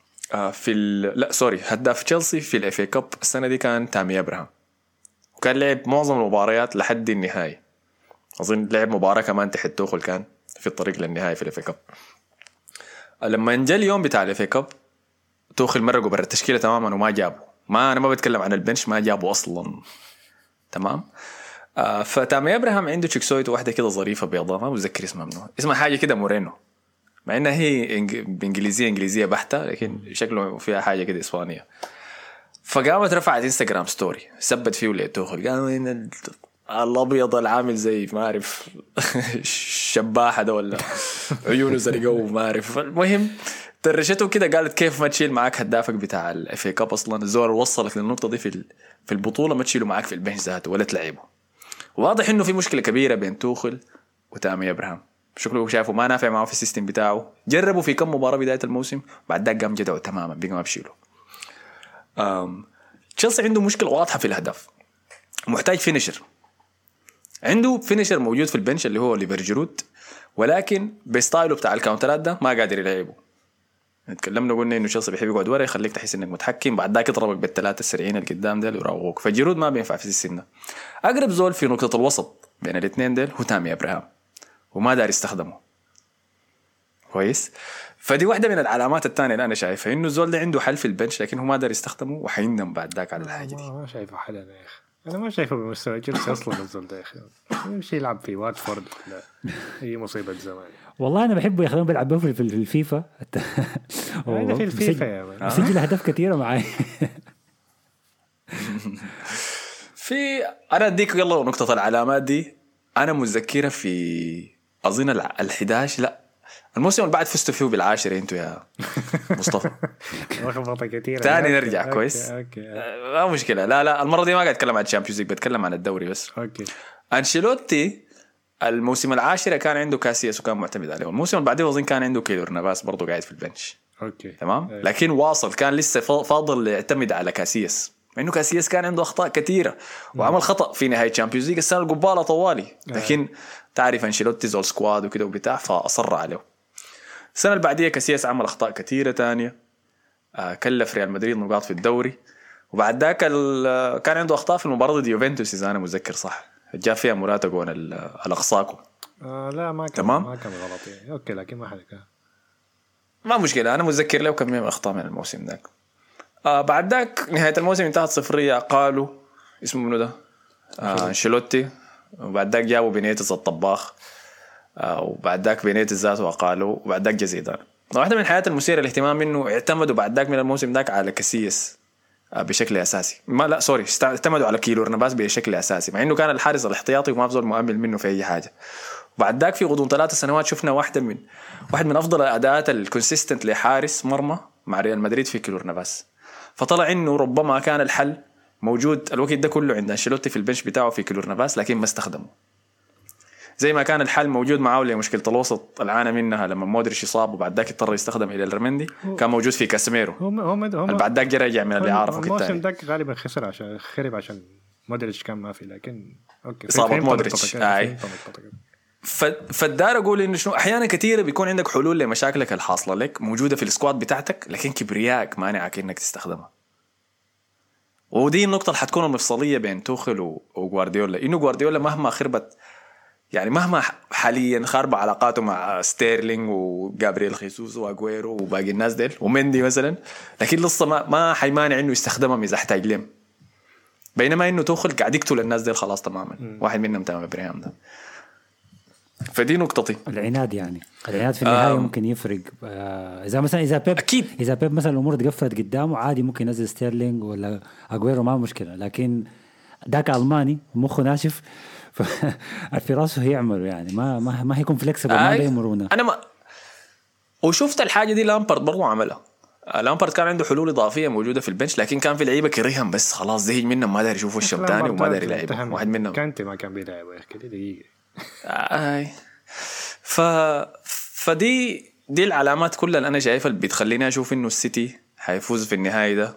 هداف تشيلسي في الFA كاب السنة دي كان تامي أبراهام، وكان لعب معظم المباريات لحد النهاية. أظن لعب مباراة كمان تحت توخل كان في الطريق للنهاية في الFA كاب. لما جاء اليوم بتاع الFA كاب توخل مرقوا برا التشكيلة تماما وما جابوا، أنا ما بتكلم عن البنش، ما جابوا أصلا. تمام. فتامي أبراهام عنده تشيكسويت واحدة كده ظريفة بيضاء، ما بتذكر اسمها منه، اسمها حاجة كده مورينو، مع إنها هي بإنجليزية بحتة لكن شكله فيها حاجة كده إسبانية. فقامت رفعت انستغرام ستوري سبت فيه وليه توخل، قالوا إن الأبيض العامل زي ما أعرف شباحة ده ولا عيونه زرقاء ما أعرف. المهم ترشته كده قالت كيف ما تشيل معاك هدافك بتاع الFA كاب، أصلا الزور وصلك للنقطة دي في البطولة ما تشيله معاك في البنش ذاته ولا تلعبه. واضح إنه في مشكلة كبيرة بين توخل وتامي أبراهام، شكله شافوا ما نافع معه في السيستم بتاعه، جربوا في كم مباراة بداية الموسم بعد ذاك قام جدعوا تماما بقى ما بشيله. تشيلسي عنده مشكلة واضحة في الأهداف، محتاج فينيشر. عنده فينيشر موجود في البنش اللي هو ليفر جيرود، ولكن بستايله بتاع الكاونترات ده ما قادر يلعبه. نتكلمنا قلنا انه تشيلسي بيحب يقعد ورا يخليك تحس انك متحكم، بعد ذاك يضربك بالثلاثه السريعين اللي قدام ديل ويراوغوك. فجيرود ما بينفع في السن ده. اقرب زول في نقطه الوسط بين الاثنين ديل هو تامي ابراهام، وما دار يستخدمه كويس. فدي واحده من العلامات الثانيه اللي انا شايفها، انه الزول ده عنده حل في البنش لكن هو ما دار يستخدمه وحيندم بعد ذاك على الحاجه دي. ما شايفه حل يا اخي، انا ما شايفه بمستوى تشيلسي اصلا الزول ده يا اخي، يمشي يلعب في واتفورد ولا هي مصيبه زمان. والله انا بحبه يا اخي، بيلعب به في الفيفا انا في الفيفا يا مان بسجل اهداف كثيره معي. انا اديك يلا نقطه العلامات دي. انا متذكره في اظن ال11 لا الموسم اللي بعد فزتوا فيه بالعاشرة انتوا يا مصطفى. لخبطه كثيره تاني نرجع كويس. ما مشكله. لا المره دي ما قاعد اتكلم عن الشامبيونز ليج، بتكلم عن الدوري بس. اوكي. انشيلوتي الموسم العاشرة كان عنده كاسياس وكان معتمد عليه، الموسم اللي بعده اظن كان عنده كيلور نافاس برضه قاعد في البنش. اوكي تمام. لكن واصل كان لسه فاضل يعتمد على كاسياس، مع انه كاسياس كان عنده اخطاء كثيره وعمل خطا في نهايه الشامبيونز ليج السنه القباله طوالي، لكن تعرف انشيلوتي زول سكواد وكده وبتاع فاصر عليه. السنه اللي بعديها كاسياس عمل اخطاء كثيره تانية، كلف ريال مدريد نقاط في الدوري، وبعد ذاك كان عنده اخطاء في المباراه ضد يوفنتوس اذا انا متذكر صح، جاء فيها موراتا جون الاقصاكو. لا ما كان تمام؟ ما كان غلط يعني. اوكي لكن ما حدا كان ما مشكله، انا متذكر له كم من اخطاء من الموسم ذاك. بعد ذاك نهايه الموسم انتهت صفريه، قالوا اسمه منو ده انشيلوتي، وبعد ذاك جابوا بينيتس الطباخ، وبعد ذاك بينيتس ذاته قالوا، وبعد ذاك جزيدان. واحده من حياه المثيره الاهتمام انه اعتمدوا بعد ذاك من الموسم ذاك على كاسياس بشكل اساسي، اعتمدوا على كيلور نافاس بشكل اساسي، مع انه كان الحارس الاحتياطي وما بزول مؤمل منه في اي حاجه. وبعد ذاك في غضون 3 سنوات شفنا واحد من افضل الاداءات الكونسيستنت لحارس مرمى مع ريال مدريد في كيلور نافاس. فطلع انه ربما كان الحل موجود الوقت ده كله عند انشيلوتي في البنش بتاعه في كيلور نافاس، لكن ما استخدمه. زي ما كان الحل موجود معه لمشكله الوسط العانى منها لما مودريتش يصاب وبعد ذاك اضطر يستخدم الى الرمندي، كان موجود في كاسيميرو هم بعد ذاك رجع من الاعاره. الموسم ذاك غالبا خرب عشان مودريتش كان ما في، لكن اوكي اصابه مودريتش. فالدار اقول انه شنو احيانا كثيره بيكون عندك حلول لمشاكلك الحاصله لك موجوده في السكواد بتاعتك، لكن كبرياءك مانعك انك تستخدمها. ودي النقطه اللي حتكون المفصليه بين توخل وغوارديولا، انه غوارديولا مهما خربت يعني مهما حاليا خرب علاقاته مع ستيرلينج وجابرييل خيسوس واغويرو وباقي الناس ديل ومندي مثلا، لكن لسه ما حيمانع انه يستخدمهم اذا احتاج لهم. بينما انه توخل قاعد يقتل الناس ديل خلاص تماما. واحد منهم تمام ابراهيم ده. فدي نقطتي. العناد يعني العناد في النهايه ممكن يفرق. اذا مثلا اذا بيب مثلا الامور تقفلت قدامه عادي ممكن ينزل ستيرلينج ولا اغويرو ما مشكله، لكن ذاك الماني مخه ناشف في راسه هيعملوا يعني ما هيكون فليكسبل ما يمرونه. انا ما وشفت الحاجه دي لامبارد برضو عملها. لامبارد كان عنده حلول اضافيه موجوده في البنش، لكن كان في لعيبه كريهم بس خلاص زهج منهم ما داري يشوفوا الشوط الثاني وما داري يلعب واحد منهم. كانتي ما كان بيلعب يا اخي دقيقه. فدي العلامات كلها اللي انا شايفها اللي بتخليني اشوف انه السيتي حيفوز في النهائي ده.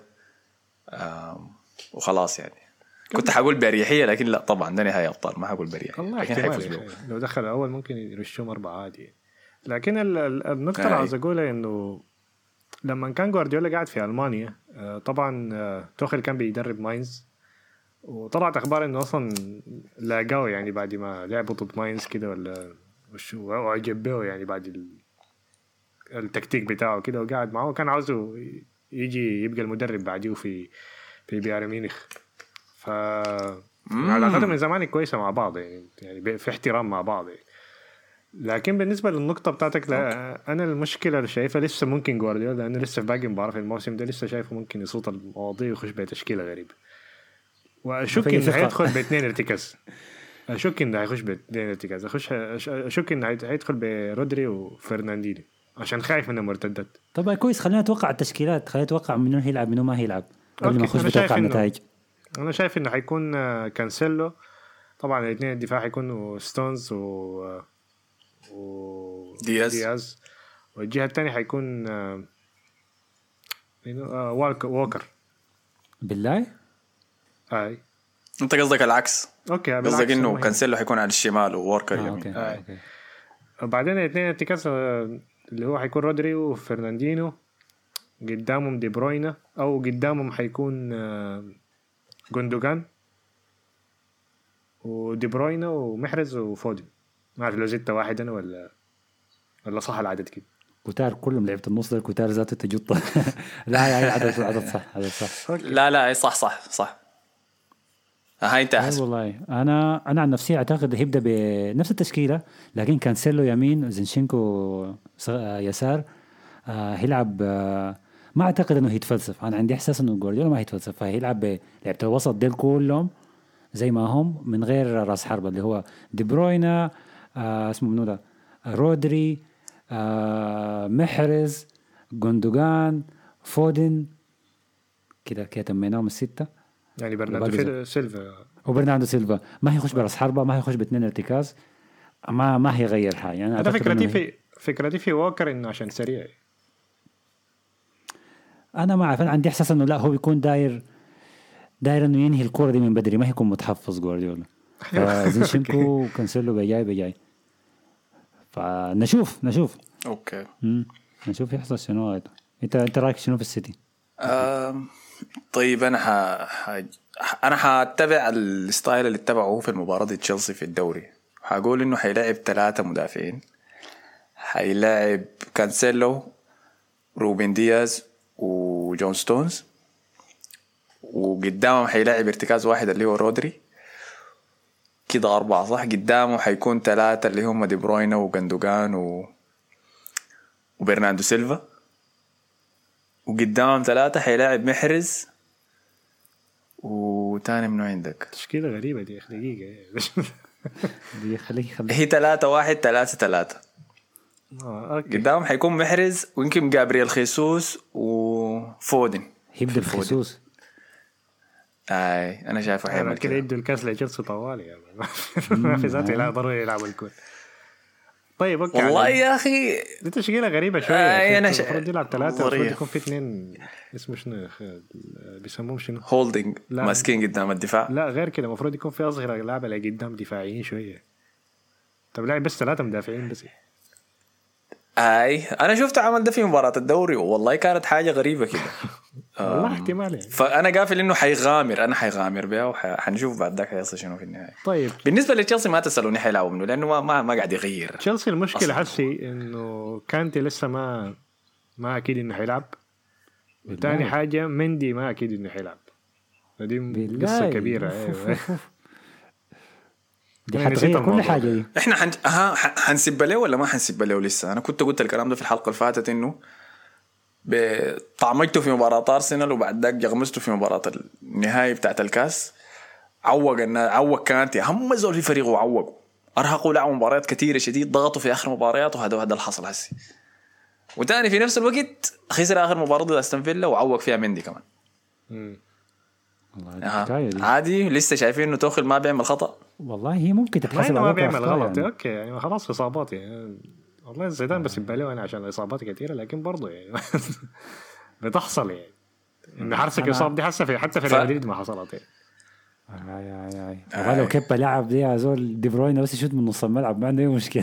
وخلاص يعني كنت حقول بأريحية لكن لا طبعا ده نهائي ابطال ما حقول بأريحية. والله احتمال لو دخل اول ممكن يرشوهم 4 عادي. لكن النقطة اللي عاوز اقولها انه لما كان جوارديولا قاعد في ألمانيا طبعا توخيل كان بيدرب ماينز، وطلعت أخبار إنه أصلا لاقاه يعني بعد ما لعبوا ضد ماينز كده ولا وعجبه يعني بعد التكتيك بتاعه كده، وقاعد معه وكان عاوزه يجي يبقى المدرب بعديه في بايرن ميونخ. علاقتهم من زمان كويسة مع بعض يعني في احترام مع بعض يعني. لكن بالنسبة للنقطة بتاعتك لا أنا المشكلة اللي شايفها لسه ممكن جوارديولا لأنه لسه في باقي مباراة في الموسم ده لسه شايفه ممكن يصوت المواضيع ويخش بتشكيلة غريبة، وأشك إنه هيدخل باثنين ارتكاز. أشك إنه هيخش باثنين ارتكاز. أشك إنه هيدخل برودري وفرناندينيو عشان خايف من المرتدات. طبعا كويس، خلينا نتوقع التشكيلات، خلينا نتوقع منو هيلعب منو ما هيلعب قبل ما نخش بتوقع النتائج. أنا شايف إنه هيكون كانسيلو طبعا، الاثنين الدفاع هيكونوا ستونز دياز، والجهة الثانية هيكون ووكر. بالله هاي انت قصدك العكس. اوكي قصدك انه كانسيلو هيكون على الشمال ووكر يمين. اوكي. وبعدين الاثنين ارتكاز اللي هو هيكون رودري وفرناندينو، قدامهم دي بروينا او قدامهم هيكون جوندوغان ودي بروينا ومحرز وفودن. ما أعرف لو زدت واحد أنا ولا صح العدد كده. كتار كلهم لعبت النص ده كتار ذاته تجطة. لا يا عدد صح عدد صح. لا صح هاي انت احسن. والله انا عن نفسي اعتقد هيبدا بنفس التشكيله، لكن كانسيلو يمين زينشينكو يسار. هيلعب ما اعتقد انه هيتفلسف. انا عندي احساس انه جوارديولا ما هيتفلسف، فهيلعب بلعبه الوسط ديل كلهم زي ما هم من غير راس حربة اللي هو دي بروينا اسمه منو ده رودري محرز جوندوغان فودن كده تميناهم الستة يعني برناردو سيلفا وبرناردو سيلفا ما هيخش براس حربة، ما هيخش باثنين ارتكاز، ما هيغير حاجة يعني. هذا فكرتي في ووكر انه عشان سريع. انا ما اعرف، انا عندي احساس انه لا هو بيكون داير انه ينهي الكرة دي من بدري، ما هيكون متحفظ جوارديولا. زينشينكو وكانسيلو بجاي فنشوف اوكي نشوف يحصل شنو. انت رايك شنو في السيتي؟ طيب انا هتبع الستايل اللي اتبعوه في المباراة دي تشيلسي في الدوري. هقول انه هيلاعب 3 مدافعين، هيلاعب كانسيلو روبن دياز وجون ستونز، وقدامهم هيلاعب ارتكاز واحد اللي هو رودري. كده 4 صح. قدامه هيكون 3 اللي هم دي بروينا وغندوغان وبرناردو سيلفا، وقدامهم 3 هيلاعب محرز وتاني منو عندك. تشكيلة غريبة دي دقيقة دي خليك هي 3-1-3-3. قدامهم هيكون محرز ويمكن جابرييل خيسوس وفودن. يبدأ بخيسوس. انا شايفه حيعمل كده يدوا الكاس لتشيلسي طوالي يعني. ما في ذاته لا ضروري يلعب الكل. طيب اوكي والله يا اخي دي تشكيله غريبه شويه. المفروض يلعب 3 المفروض يكون في 2 اسمه شنو بيسموهم شنو هولدنج ماسكين قدام الدفاع. لا غير كده المفروض يكون في اصغر لاعب اللي قدام دفاعيين شويه. طب لاعب بس 3 مدافعين بس. انا شفت عمل ده في مباراة الدوري والله كانت حاجة غريبة كده. والله احتمال يعني. فانا قافل انه حيغامر بها وحنشوف بعد ذاك هيصل شنو في النهاية. طيب بالنسبة لتشيلسي ما تسألوني حيلعبوا منه لانه ما قاعد يغير. تشيلسي المشكلة حسي انه كانتي لسه ما اكيد انه حيلعب. وثاني حاجة مندي ما اكيد انه حيلعب. فدي قصة كبيرة. دي حتغير كل حاجة دي. احنا حنسب له ولا ما حنسب له لسه؟ انا كنت قلت الكلام ده في الحلقة اللي فاتت انه طعمجته في مباراة أرسنال وبعد ذاك جغمسته في مباراة النهائي بتاعت الكاس. عوق كانت هم زول في فريقه وعوقوا أرهقوا لعبوا مباريات كثيرة شديد ضغطوا في آخر مباريات وهذا اللي حصل هسي. وتاني في نفس الوقت خسر آخر مباراة ضد أستون فيلا وعوق فيها مندي كمان. عادي لسه شايفين انه توخل ما بيعمل خطأ. والله هي ممكن تتحسب ما بيعمل غلط يعني. اوكي يعني خلاص اصابات يعني والله زيدان بس يبالي انا عشان الاصابات كثيره لكن برضه يعني بتحصل يعني ان حارسك يصاب دي حتى في ريال مدريد ما حصلت يعني. والله لو كيبا لعب دي زول دي بروين بس يشوت من نص الملعب ما عنده اي مشكله.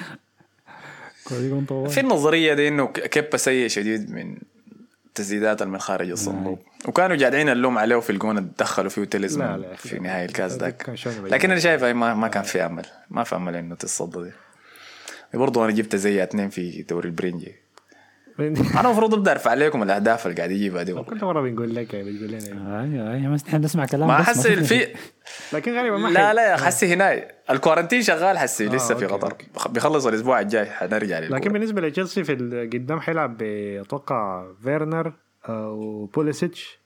في النظريه دي انه كيبا سيء شديد من تسديدات من خارج الصندوق وكانوا جادعين اللوم عليه في الجون دخلوا فيه تلزمان في نهاية الكاس ذاك. لكن انا شايف ما كان في امل ما في امل انه تصدى دي برضو. انا جبت زي 2 في دوري البرينجي. انا المفروض ابدا ارفع عليكم الاهداف اللي قاعد يجيبها دي. كل مره بنقول لك بتقول لنا ايوه بس نحن نسمع كلام ما حس في لكن غالبا ما لا حسي هنا الكورنتين شغال حسي لسه في قطر بيخلص الاسبوع الجاي حنرجع للكورة. لكن بالنسبه لتشيلسي في القدام حيلعب اتوقع فيرنر وبوليسيتش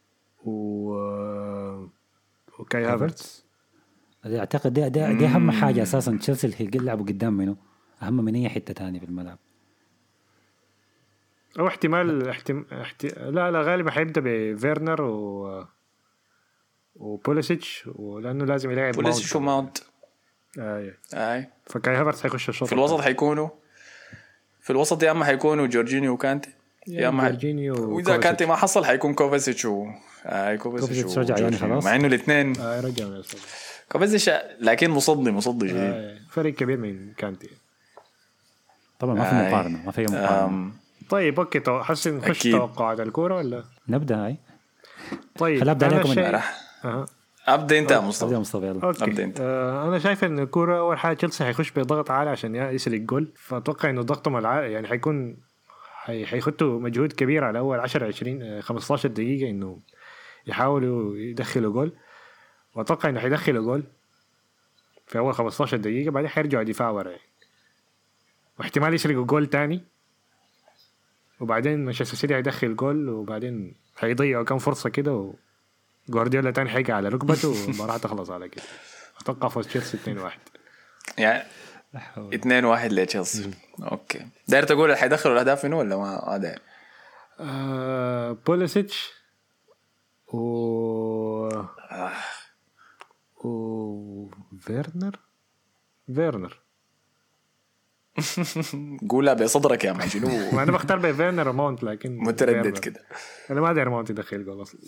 وكاي هافرتز. اعتقد دي اهم حاجه اساسا تشيلسي اللي يلعبوا قدام منه اهم من اي حته تانية في الملعب. او احتمال لا غالبا حيبدا بفيرنر وبوليسيتش ولانه لازم يلعب بوليسيتش وماونت. فكاي هافرتز حيخش الشوط. في الوسط حيكونوا في الوسط يا اما حيكونوا جورجينيو وكانتي يا اما جورجينيو واذا كانتي ما حصل حيكون كوفاسيتش كوفاسيتش رجع يعني خلاص مع انه الاثنين رجعوا كوفاسيتش لكن مصدي جديد فريق كبير من كانتي طبعا ما في مقارنه ما في مقارنه. طيب اوكي حسن نخش توقعات الكوره ولا نبدا هاي؟ طيب خلينا نبدا عليكم ابدا انت يا مصطفى. ابدا انت. انا شايف ان الكوره اول حاجه تشيلسي حيخش بضغط عالي عشان يسلك الجول فاتوقع انه ضغطهم يعني حيكون حيخطوا مجهود كبير على اول 10 20 15 دقيقه انه يحاولوا يدخلوا جول واتوقع انه حيدخلوا جول في اول 15 دقيقه بعدين حيرجعوا دفاع ورا واحتمال يسرقوا جول تاني وبعدين مانشستر سيتي هيدخل جول وبعدين هيضيعوا كم فرصه كده وغوارديولا تاني حيجي على ركبته والمباراه تخلص على كده. اتوقع فوز تشيلسي 2-1 يعني 2-1 لتشيلسي. اوكي داير تقول حيدخلوا الاهداف منو ولا ما داير؟ بوليسيتش فيرنر قولها بصدرك يا ماجنو. ما انا بختار بين فيرنر وماونت لكن متردد كده. انا ما داير ماونت يدخل جول اصلا.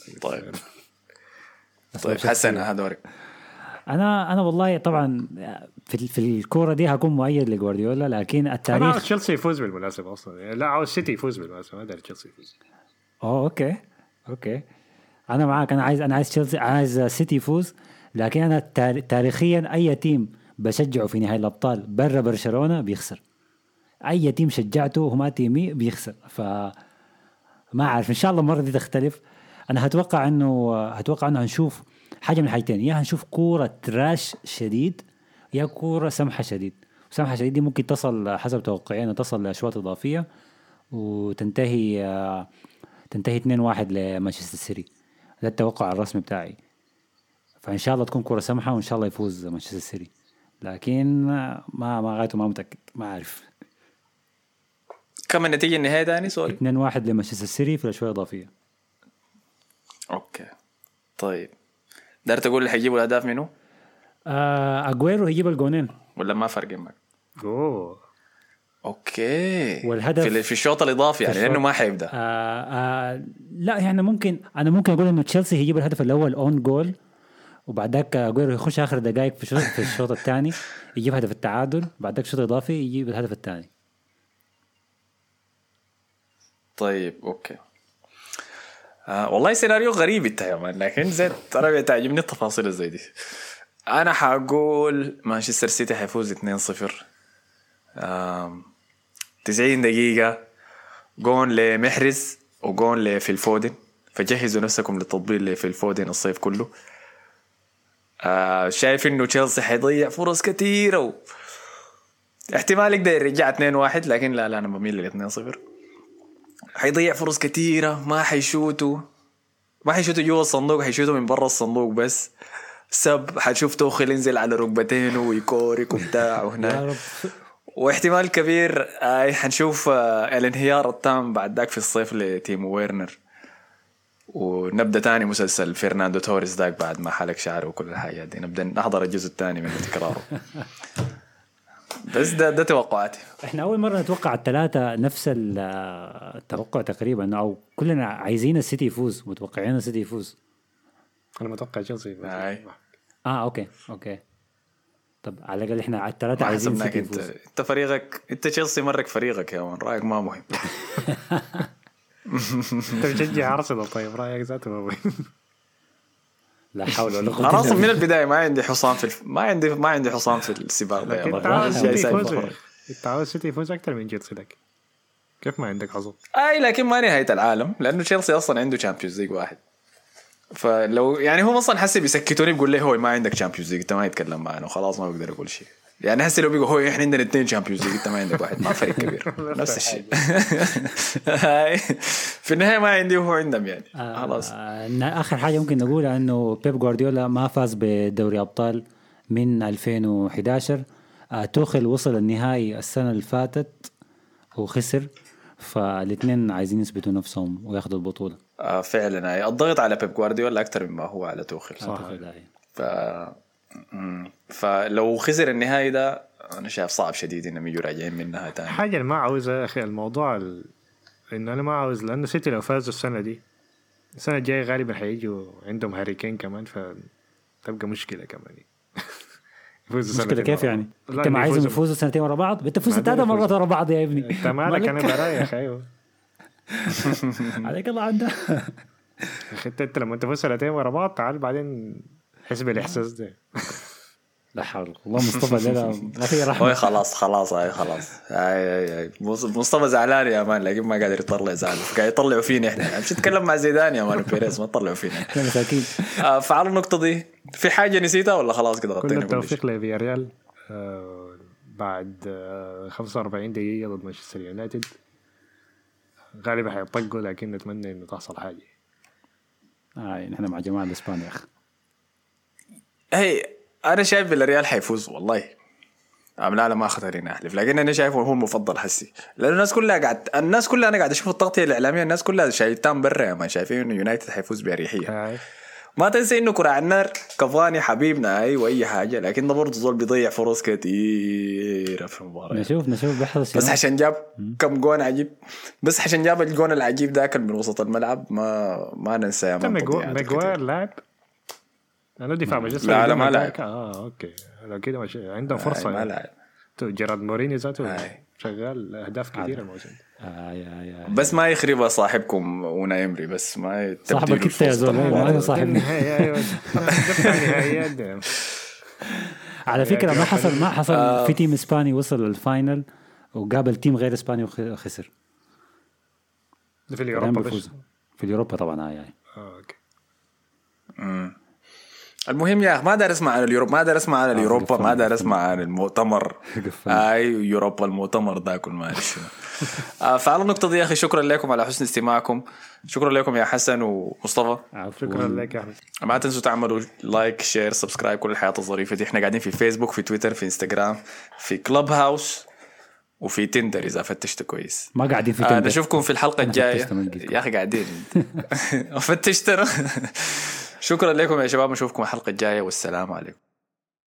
طيب حسن هدورك. انا والله طبعا في الكوره دي هكون مؤيد لغوارديولا لكن التاريخ انا عاوز تشيلسي يفوز بالمناسبه اصلا لا عاوز سيتي يفوز بالمناسبه ما داير تشيلسي يفوز. اوكي انا معاك. انا عايز تشيلسي عايز سيتي يفوز لكن انا تاريخيا اي تيم بشجعه في نهائي الابطال برا برشلونه بيخسر. اي تيم شجعته وما تيمي بيخسر فما اعرف ان شاء الله المره دي تختلف. انا هتوقع انه هنشوف حاجه من حاجتين يا هنشوف كوره تراش شديد يا كوره سمحه شديد. وسمحه شديد دي ممكن تصل حسب توقعنا تصل لاشواط اضافيه وتنتهي 2-1 لمانشستر سيتي. ده التوقع الرسمي بتاعي. فان شاء الله تكون كوره سمحه وان شاء الله يفوز مانشستر سيتي لكن ما غايته ما متاكد ما اعرف. كم النتيجه النهائيه ثاني سوري 2-1 لمانشستر سيتي في الاشواط الاضافيه. اوكي طيب دار تقول اللي حيجيبوا الاهداف منه؟ اغويرو هيجيب الجونين ولا ما فرق معك؟ اوكي والهدف في الشوط الاضافي يعني لانه ما حيبدا. لا يعني ممكن اقول انه تشيلسي هيجيب الهدف الاول اون جول وبعدك اغويرو يخش اخر دقائق في الشوط الثاني يجيب هدف التعادل بعدك شوط اضافي يجيب الهدف الثاني. طيب اوكي والله سيناريو غريب انت يا مان لكن زين ترى تعجبني التفاصيل زي دي. انا حقول مانشستر سيتي حيفوز 2-0 90 دقيقة جون لمحرز وجون لفيل فودن فجهزوا نفسكم للتطبيل لفيل فودن الصيف كله. شايف انه تشيلسي حيضيع فرص كثيرة احتمال يقدر يرجع 2-1 لكن لا انا بميل ل 2-0. حيضيع فرص كثيرة ما حيشوتوا جوا الصندوق حيشوتوا من برا الصندوق بس حتشوف توخل ينزل على ركبتين ويكورك وبتاع وهنا واحتمال كبير حنشوف الانهيار التام بعد ذاك في الصيف لتيمو ويرنر ونبدا تاني مسلسل فرناندو توريس داك بعد ما حلق شعره وكل الحاجات دي، نبدا نحضر الجزء الثاني من تكراره. بس ده توقعاتي. احنا اول مره نتوقع الثلاثه نفس التوقع تقريبا، او كلنا عايزين السيتي يفوز، متوقعين السيتي يفوز. انا متوقع تشيلسي. اوكي طب على الاقل احنا الثلاثه عايزين السيتي يفوز. انت فريقك، انت تشيلسي مرك فريقك يا مان، رايك ما مهم. انت بتشجع ارسنال طيب، رايك ذاته ما مهم. لا حول ولا قوه. انا اصلا من البدايه ما عندي حصان ما عندي حصان في السباق ده. انت عاوز السيتي يفوز اكثر من تشيلسي لك، كيف ما عندك حظوظ؟ لكن ما نهايه العالم، لانه تشيلسي اصلا عنده تشامبيونز ليج واحد. فلو يعني هو اصلا حسي بيسكتوني بيقول لي هو ما عندك تشامبيونز ليج، انت ما يتكلم معنا وخلاص ما بقدر اقول شيء. يعني هسه لو بيقول هو احنا عندنا 2 تشامبيونز ليج انت ما عندك واحد، ما فرق كبير. نفس الشيء. في النهايه ما عندي وهو عندهم يعني خلاص. اخر حاجه ممكن نقولها انه بيب غوارديولا ما فاز بدوري ابطال من 2011. توخل وصل النهائي السنه اللي فاتت وخسر، فالاثنين عايزين يثبتوا نفسهم وياخذوا البطوله. فعلا الضغط على بيب غوارديولا اكثر مما هو على توخل. صح. فلو خسر النهائي ده انا شايف صعب شديد انهم يجوا راجعين منها تاني. حاجه اللي ما عاوزها يا اخي الموضوع انه انا ما عاوز، لانه سيتي لو فازوا السنه دي السنه الجايه غالبا حييجوا عندهم هاري كين كمان، فتبقى مشكله كمان. مشكله كيف يعني؟ انت ما عايزهم يفوزوا سنتين ورا بعض؟ انت فزت 3 مرات ورا بعض يا ابني. انت مالك؟ انا برايك. ايوه عليك الله عنده. اخي انت لما تفوز سنتين ورا بعض تعال بعدين حسب الاحساس ده. لا حول الله. مصطفى ده ما في رحمه. خلاص هاي مصطفى زعلان يا مان، لكن ما قادر يطلع زعل، قاعد يطلعوا فينا احنا. مش نتكلم مع زيدان يا مان بيريز، ما تطلعوا فينا احنا مساكين. فعلى النقطه دي في حاجه نسيتها ولا خلاص كده غطينا؟ كل التوفيق لفياريال بعد 45 دقيقه ضد مانشستر يونايتد. غالبا حيطقوا، لكن نتمنى انه تحصل حاجه. نحن مع جماعه الاسبان يا اخي. انا شايف الريال حيفوز والله. لا ما خطرين احلف، لكن انا شايفه هو المفضل حسي، لانه الناس كلها انا قاعد اشوف التغطيه الاعلاميه، الناس كلها شايفين برا ما شايفين انه يونايتد حيفوز باريحيه. ما تنسى انه كرة النار كفاني حبيبنا واي حاجه، لكن ده برضه زول بيضيع فرص كثيره في المباراه. نشوف بيحصل بس عشان جاب كم جون عجيب، بس عشان جاب الجون العجيب ذاك من وسط الملعب ما ننسى يا ماجواير لاعب. انا دفاع مانشستر. لا ما لاعب. اوكي لو كده ماشي عندهم فرصه. ما لاعب. جيرارد مورينيو ذاته شغال اهداف كثيره موجود. بس ما يخربها صاحبكم ونايمري، بس ما صاحبك انت يا زلمه ما صاحبني. على فكره ما حصل في تيم اسباني وصل للفاينل وقابل تيم غير اسباني وخسر في اليوروبا. في اليوروبا طبعا. اوكي. المهم يا اخي ما دار اسمع عن اليوروبا، ما دار اسمع عن اليوروبا، ما دار اسمع عن المؤتمر. يوروبا المؤتمر ده كل ما ادري شنو. فعلى النقطه دي يا اخي شكرا لكم على حسن استماعكم. شكرا لكم يا حسن ومصطفى. شكرا لك يا احمد. ما تنسوا تعملوا لايك شير سبسكرايب كل الحياه الظريفه دي. احنا قاعدين في فيسبوك في تويتر في انستغرام في كلوب هاوس وفي تندر اذا فتشت كويس. ما قاعدين في تندر. نشوفكم في الحلقه الجايه يا اخي. قاعدين فتشت. شكرا لكم يا شباب، نشوفكم الحلقه الجايه والسلام عليكم.